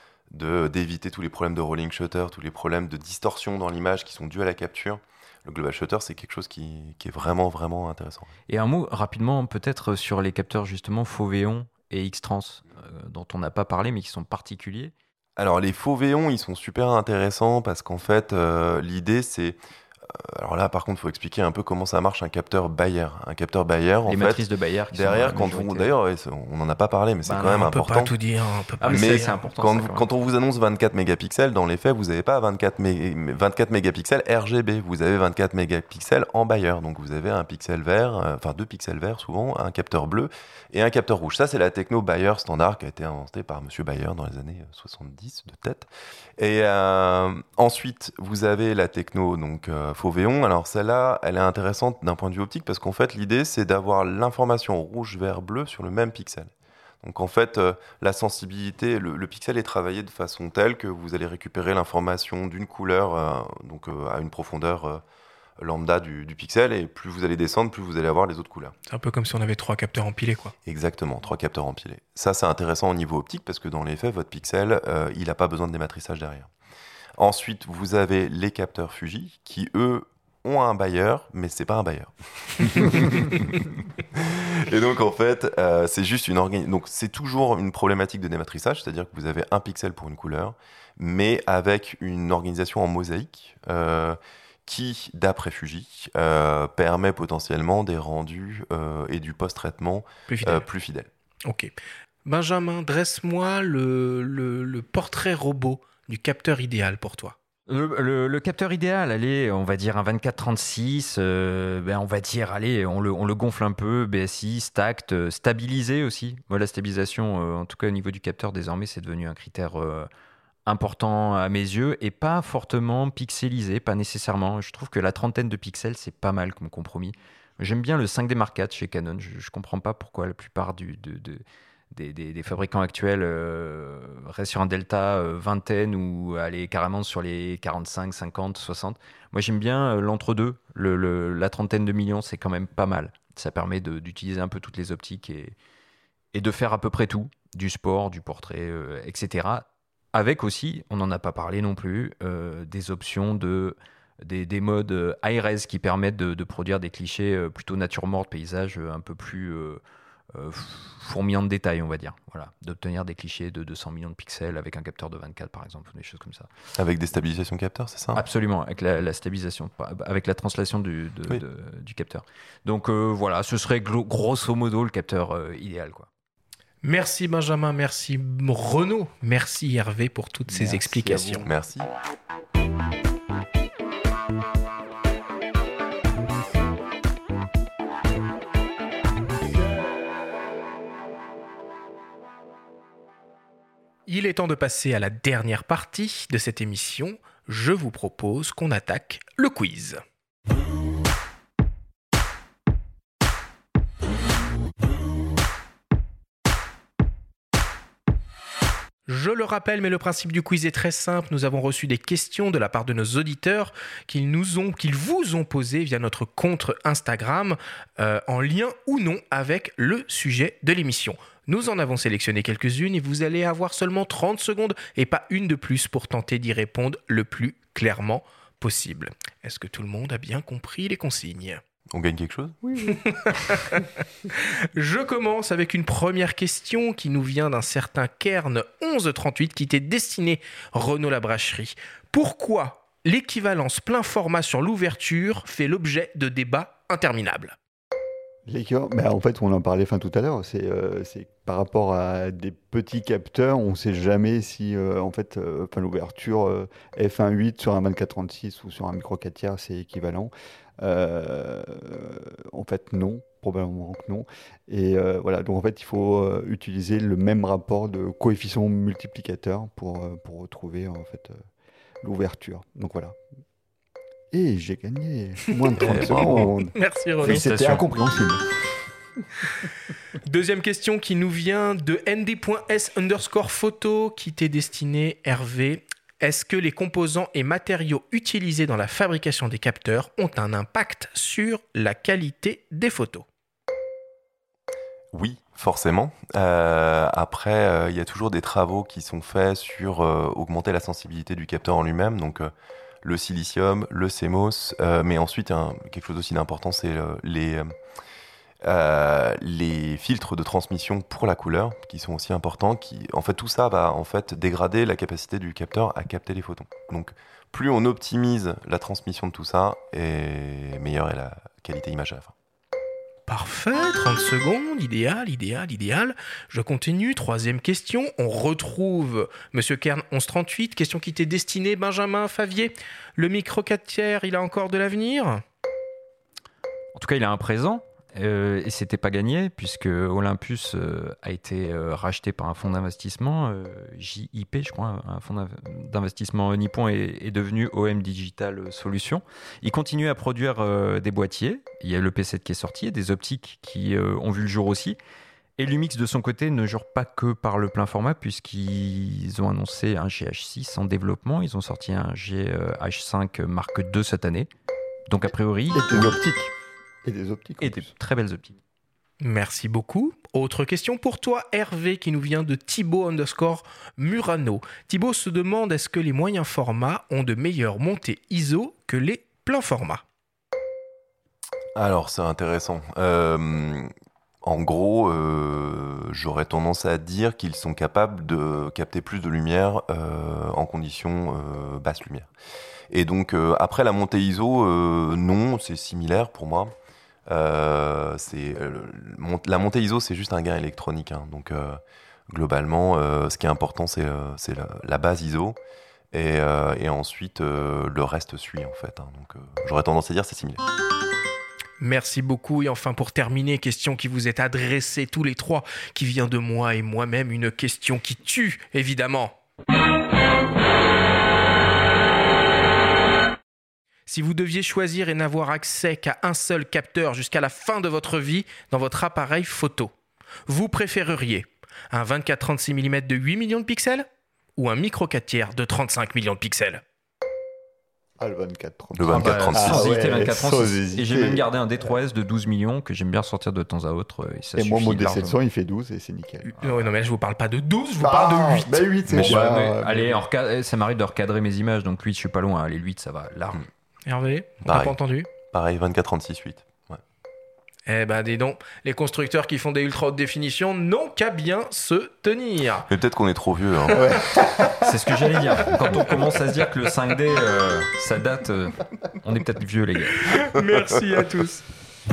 de, d'éviter tous les problèmes de rolling shutter, tous les problèmes de distorsion dans l'image qui sont dus à la capture. Le global shutter, c'est quelque chose qui, qui est vraiment, vraiment intéressant. Et un mot rapidement peut-être sur les capteurs justement Foveon et X-Trans, euh, dont on n'a pas parlé mais qui sont particuliers. Alors les Foveon, ils sont super intéressants parce qu'en fait, euh, l'idée c'est... Alors là, par contre, il faut expliquer un peu comment ça marche un capteur Bayer. Un capteur Bayer, en les fait, matrices de Bayer. Derrière, quand vous, d'ailleurs, on n'en a pas parlé, mais c'est bah quand non, même on important. On peut pas tout dire. On peut pas ah, mais mais c'est, c'est important. Quand, ça, quand, quand on vous annonce vingt-quatre mégapixels, dans les faits, vous n'avez pas vingt-quatre, mé- vingt-quatre mégapixels R G B. Vous avez vingt-quatre mégapixels en Bayer. Donc vous avez un pixel vert, euh, enfin deux pixels verts souvent, un capteur bleu et un capteur rouge. Ça, c'est la techno Bayer standard qui a été inventée par Monsieur Bayer dans les années soixante-dix de tête. Et euh, ensuite, vous avez la techno donc euh, Foveon. Alors celle-là, elle est intéressante d'un point de vue optique parce qu'en fait, l'idée, c'est d'avoir l'information rouge, vert, bleu sur le même pixel. Donc en fait, euh, la sensibilité, le, le pixel est travaillé de façon telle que vous allez récupérer l'information d'une couleur euh, donc, euh, à une profondeur euh, lambda du, du pixel, et plus vous allez descendre, plus vous allez avoir les autres couleurs. C'est un peu comme si on avait trois capteurs empilés, quoi. Exactement, trois capteurs empilés. Ça, c'est intéressant au niveau optique parce que dans les faits, votre pixel, euh, il n'a pas besoin de dématrissage derrière. Ensuite, vous avez les capteurs Fuji qui, eux, ont un bailleur, mais c'est pas un bailleur. Et donc, en fait, euh, c'est juste une organi- donc c'est toujours une problématique de dématrissage, c'est-à-dire que vous avez un pixel pour une couleur, mais avec une organisation en mosaïque euh, qui, d'après Fuji, euh, permet potentiellement des rendus euh, et du post-traitement Plus fidèle. euh, plus fidèles. Ok. Benjamin, dresse-moi le, le, le portrait robot du capteur idéal pour toi. Le, le, le capteur idéal, allez, on va dire un vingt-quatre trente-six, euh, ben on va dire, allez, on le, on le gonfle un peu, B S I, stacked, euh, stabilisé aussi. Voilà, la stabilisation, euh, en tout cas au niveau du capteur, désormais, c'est devenu un critère euh, important à mes yeux et pas fortement pixelisé, pas nécessairement. Je trouve que la trentaine de pixels, c'est pas mal comme compromis. J'aime bien le cinq D Mark quatre chez Canon. Je ne comprends pas pourquoi la plupart du, de, de, des, des, des fabricants actuels euh, restent sur un delta euh, vingtaine ou aller carrément sur les quarante-cinq, cinquante, soixante. Moi, j'aime bien euh, l'entre-deux. Le, le, la trentaine de millions, c'est quand même pas mal. Ça permet de, d'utiliser un peu toutes les optiques et, et de faire à peu près tout. Du sport, du portrait, euh, et cetera. Avec aussi, on n'en a pas parlé non plus, euh, des options de... Des, des modes high-res qui permettent de, de produire des clichés euh, plutôt nature morte, paysage euh, un peu plus euh, euh, fourmillant de détails, on va dire. Voilà, d'obtenir des clichés de deux cents millions de pixels avec un capteur de vingt-quatre, par exemple, ou des choses comme ça. Avec des stabilisations capteurs, c'est ça ? Absolument, avec la, la stabilisation, avec la translation du, de, oui. de, du capteur. Donc euh, voilà, ce serait glo- grosso modo le capteur euh, idéal, quoi. Merci Benjamin, merci Renaud, merci Hervé pour toutes ces Merci explications. Merci. Il est temps de passer à la dernière partie de cette émission. Je vous propose qu'on attaque le quiz. Je le rappelle, mais le principe du quiz est très simple. Nous avons reçu des questions de la part de nos auditeurs qu'ils nous ont, qu'ils vous ont posées via notre compte Instagram, euh, en lien ou non avec le sujet de l'émission. Nous en avons sélectionné quelques-unes et vous allez avoir seulement trente secondes et pas une de plus pour tenter d'y répondre le plus clairement possible. Est-ce que tout le monde a bien compris les consignes ? On gagne quelque chose ? Oui. Je commence avec une première question qui nous vient d'un certain Kern onze trente-huit qui était destiné Renaud Labracherie. Pourquoi l'équivalence plein format sur l'ouverture fait l'objet de débats interminables ? L'équivalent, ben en fait, on en parlait fin tout à l'heure, c'est, euh, c'est par rapport à des petits capteurs, on ne sait jamais si euh, en fait, euh, l'ouverture euh, F un point huit sur un vingt-quatre trente-six ou sur un micro quatre tiers, c'est équivalent. Euh, en fait, non, probablement que non. Et euh, voilà, donc en fait, il faut euh, utiliser le même rapport de coefficient multiplicateur pour, euh, pour retrouver en fait euh, l'ouverture. Donc voilà. Et j'ai gagné moins de trente secondes. Merci Renaud. Oui, c'était incompréhensible. Deuxième question qui nous vient de nd.s underscore photo qui t'est destiné Hervé. Est-ce que les composants et matériaux utilisés dans la fabrication des capteurs ont un impact sur la qualité des photos ? Oui, forcément. Euh, après, il euh, y a toujours des travaux qui sont faits sur euh, augmenter la sensibilité du capteur en lui-même. Donc, euh, le silicium, le C M O S, euh, mais ensuite, hein, quelque chose aussi d'important, c'est euh, les, euh, les filtres de transmission pour la couleur, qui sont aussi importants. Qui, en fait, tout ça va en fait dégrader la capacité du capteur à capter les photons. Donc, plus on optimise la transmission de tout ça, et meilleure est la qualité image à la fin. Parfait, trente secondes, idéal, idéal, idéal. Je continue, troisième question. On retrouve Monsieur Kern onze trente-huit, question qui t'est destinée, Benjamin Favier. Le micro quatre tiers, il a encore de l'avenir ? En tout cas, il a un présent. Euh, et c'était pas gagné puisque Olympus euh, a été euh, racheté par un fonds d'investissement, euh, J I P je crois, un fonds d'investissement nippon est, est devenu O M Digital Solutions. Il continue à produire euh, des boîtiers, il y a le P sept qui est sorti, et des optiques qui euh, ont vu le jour aussi. Et Lumix de son côté ne jure pas que par le plein format puisqu'ils ont annoncé un G H six en développement, ils ont sorti un G H cinq Mark deux cette année. Donc a priori... Et des optiques. Et des optiques. Et des très belles optiques. Merci beaucoup. Autre question pour toi, Hervé, qui nous vient de Thibaut underscore Murano. Thibaut se demande est-ce que les moyens formats ont de meilleures montées I S O que les pleins formats? Alors, c'est intéressant. Euh, en gros, euh, j'aurais tendance à dire qu'ils sont capables de capter plus de lumière euh, en conditions euh, basse lumière. Et donc, euh, après la montée I S O, euh, non, c'est similaire pour moi. Euh, c'est, euh, la montée I S O, c'est juste un gain électronique. Hein. Donc, euh, globalement, euh, ce qui est important, c'est, euh, c'est la, la base I S O. Et, euh, et ensuite, euh, le reste suit, en fait. Hein. Donc, euh, j'aurais tendance à dire c'est similaire. Merci beaucoup. Et enfin, pour terminer, question qui vous est adressée tous les trois, qui vient de moi et moi-même, une question qui tue, évidemment. Si vous deviez choisir et n'avoir accès qu'à un seul capteur jusqu'à la fin de votre vie dans votre appareil photo, vous préféreriez un vingt-quatre trente-six millimètres de huit millions de pixels ou un micro quatre tiers de trente-cinq millions de pixels? Ah, le vingt-quatre trente-six. Le vingt-quatre trente-six. Sans Ah ouais, hésiter, vingt-quatre sans trente-six. hésiter. Et j'ai même gardé un D trois S de douze millions que j'aime bien sortir de temps à autre. Et, ça Et moi, mon suffit D sept cents, largement. il fait douze et c'est nickel. Non, non, mais je vous parle pas de douze, je vous Ah, parle de huit. Bah huit, c'est Mais bien. ouais, mais euh, allez, en recad- ça m'arrive de recadrer mes images, donc huit, je suis pas loin. Allez, huit, ça va large. Hervé, on t'a Pareil. pas entendu? Pareil, vingt-quatre trente-six, huit. Ouais. Eh ben, dis donc, les constructeurs qui font des ultra haute définition n'ont qu'à bien se tenir. Mais peut-être qu'on est trop vieux. Hein. Ouais. C'est ce que j'allais dire. Quand on commence à se dire que le cinq D, euh, ça date, euh, on est peut-être vieux, les gars. Merci à tous.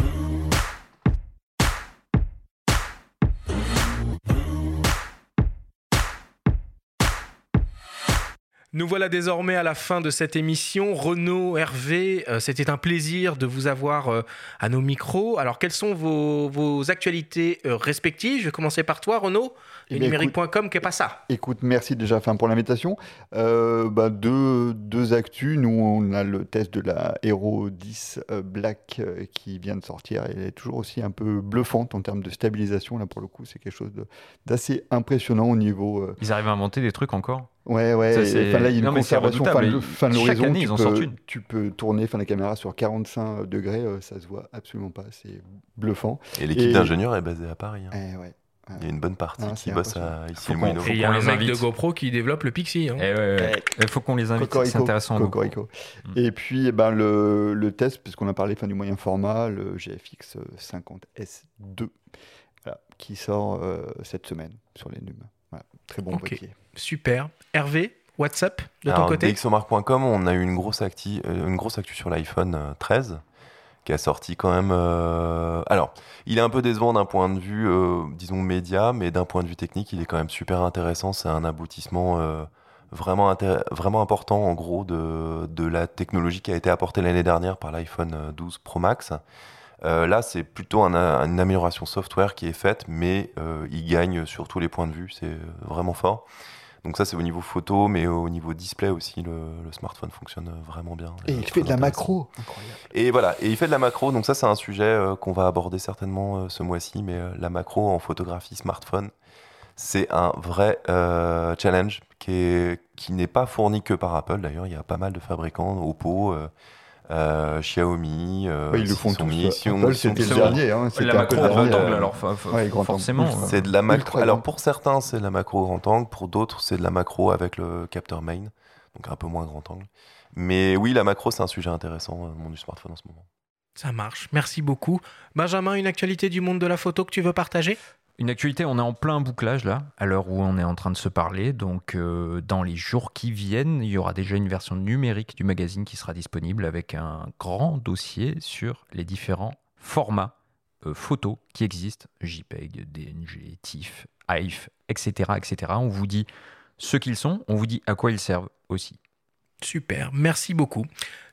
Nous voilà désormais à la fin de cette émission. Renaud, Hervé, euh, c'était un plaisir de vous avoir euh, à nos micros. Alors, quelles sont vos, vos actualités euh, respectives? Je vais commencer par toi, Renaud. Eh Et bien, numérique point com, qu'est pas ça? Écoute, merci déjà enfin, pour l'invitation. Euh, bah, deux, deux actus. Nous, on a le test de la Hero dix euh, Black euh, qui vient de sortir. Elle est toujours aussi un peu bluffante en termes de stabilisation. Là, pour le coup, c'est quelque chose de, d'assez impressionnant au niveau. Euh... Ils arrivent à inventer des trucs encore. Ouais, ouais. Ça, et, c'est- enfin, là, il y a une non, mais c'est conservation. Fin, redoutable. le- fin de Chaque l'horizon, année, tu, ils en sortent peux, une. tu peux tourner fin, la caméra sur quarante-cinq degrés. euh, ça se voit absolument pas. C'est bluffant. Et l'équipe Et- d'ingénieurs est basée à Paris. Hein. Eh, ouais. Il y a une bonne partie Ah, qui c'est bosse impressionnant. à ici Faut le qu'on- Moïno. faut Et il y a qu'on un les mec de invite. GoPro qui développe le Pixie. Hein. Eh ouais, ouais. Il faut qu'on les invite, c'est Cocorico, intéressant. Cocorico. Mm. Et puis eh ben, le, le test, puisqu'on a parlé fin, du moyen format, le G F X cinquante S deux, voilà, qui sort euh, cette semaine sur les N U M. Voilà, très bon Ok. boîtier. Super. Hervé, WhatsApp de ton Alors, côté? D X O Mark point com, on a eu une grosse, acti, euh, une grosse actu sur l'iPhone euh, treize, qui a sorti quand même... euh, Alors, il est un peu décevant d'un point de vue, euh, disons, média, mais d'un point de vue technique, il est quand même super intéressant. C'est un aboutissement euh, vraiment, intér- vraiment important, en gros, de, de la technologie qui a été apportée l'année dernière par l'iPhone douze Pro Max. Euh, là, c'est plutôt un, une amélioration software qui est faite, mais euh, il gagne sur tous les points de vue. C'est vraiment fort. Donc ça, c'est au niveau photo, mais au niveau display aussi, le, le smartphone fonctionne vraiment bien. Et il fait de la macro. Incroyable. Et voilà, et il fait de la macro, donc ça, c'est un sujet euh, qu'on va aborder certainement euh, ce mois-ci, mais euh, la macro en photographie smartphone, c'est un vrai euh, challenge qui, est, qui n'est pas fourni que par Apple. D'ailleurs, il y a pas mal de fabricants, Oppo, euh, euh, Xiaomi, euh, Ouais, ils le font Xiaomi, tous. Xiaomi, Apple, Xiaomi, c'était le Xiaomi. dernier. Hein, c'était La un macro peu grand le dernier, angle, euh, alors fa- fa- ouais, grand angle. forcément. Ultra. euh, C'est de la macro. Ultra Alors grand. pour certains, c'est de la macro grand angle, pour d'autres, c'est de la macro avec le capteur main, donc un peu moins grand angle. Mais oui, la macro, c'est un sujet intéressant dans le monde du smartphone en ce moment. Ça marche. Merci beaucoup. Benjamin, une actualité du monde de la photo que tu veux partager? Une actualité, on est en plein bouclage là, à l'heure où on est en train de se parler. Donc, euh, dans les jours qui viennent, il y aura déjà une version numérique du magazine qui sera disponible avec un grand dossier sur les différents formats euh, photos qui existent, JPEG, D N G, TIFF, A I F, et cetera, et cetera. On vous dit ce qu'ils sont, on vous dit à quoi ils servent aussi. Super, merci beaucoup.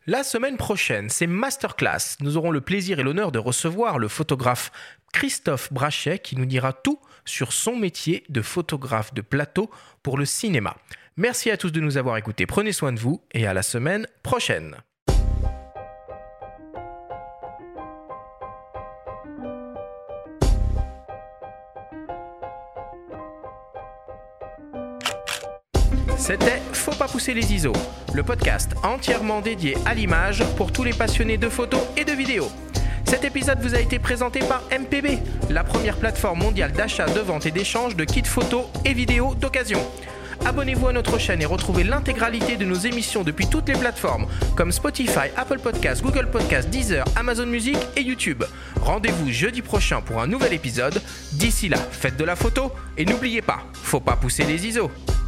La semaine prochaine, c'est Masterclass. Nous aurons le plaisir et l'honneur de recevoir le photographe Christophe Brachet qui nous dira tout sur son métier de photographe de plateau pour le cinéma. Merci à tous de nous avoir écoutés. Prenez soin de vous et à la semaine prochaine. C'était Faut pas pousser les I S O, le podcast entièrement dédié à l'image pour tous les passionnés de photos et de vidéos. Cet épisode vous a été présenté par M P B, la première plateforme mondiale d'achat, de vente et d'échange de kits photos et vidéos d'occasion. Abonnez-vous à notre chaîne et retrouvez l'intégralité de nos émissions depuis toutes les plateformes comme Spotify, Apple Podcasts, Google Podcasts, Deezer, Amazon Music et YouTube. Rendez-vous jeudi prochain pour un nouvel épisode. D'ici là, faites de la photo et n'oubliez pas, faut pas pousser les I S O.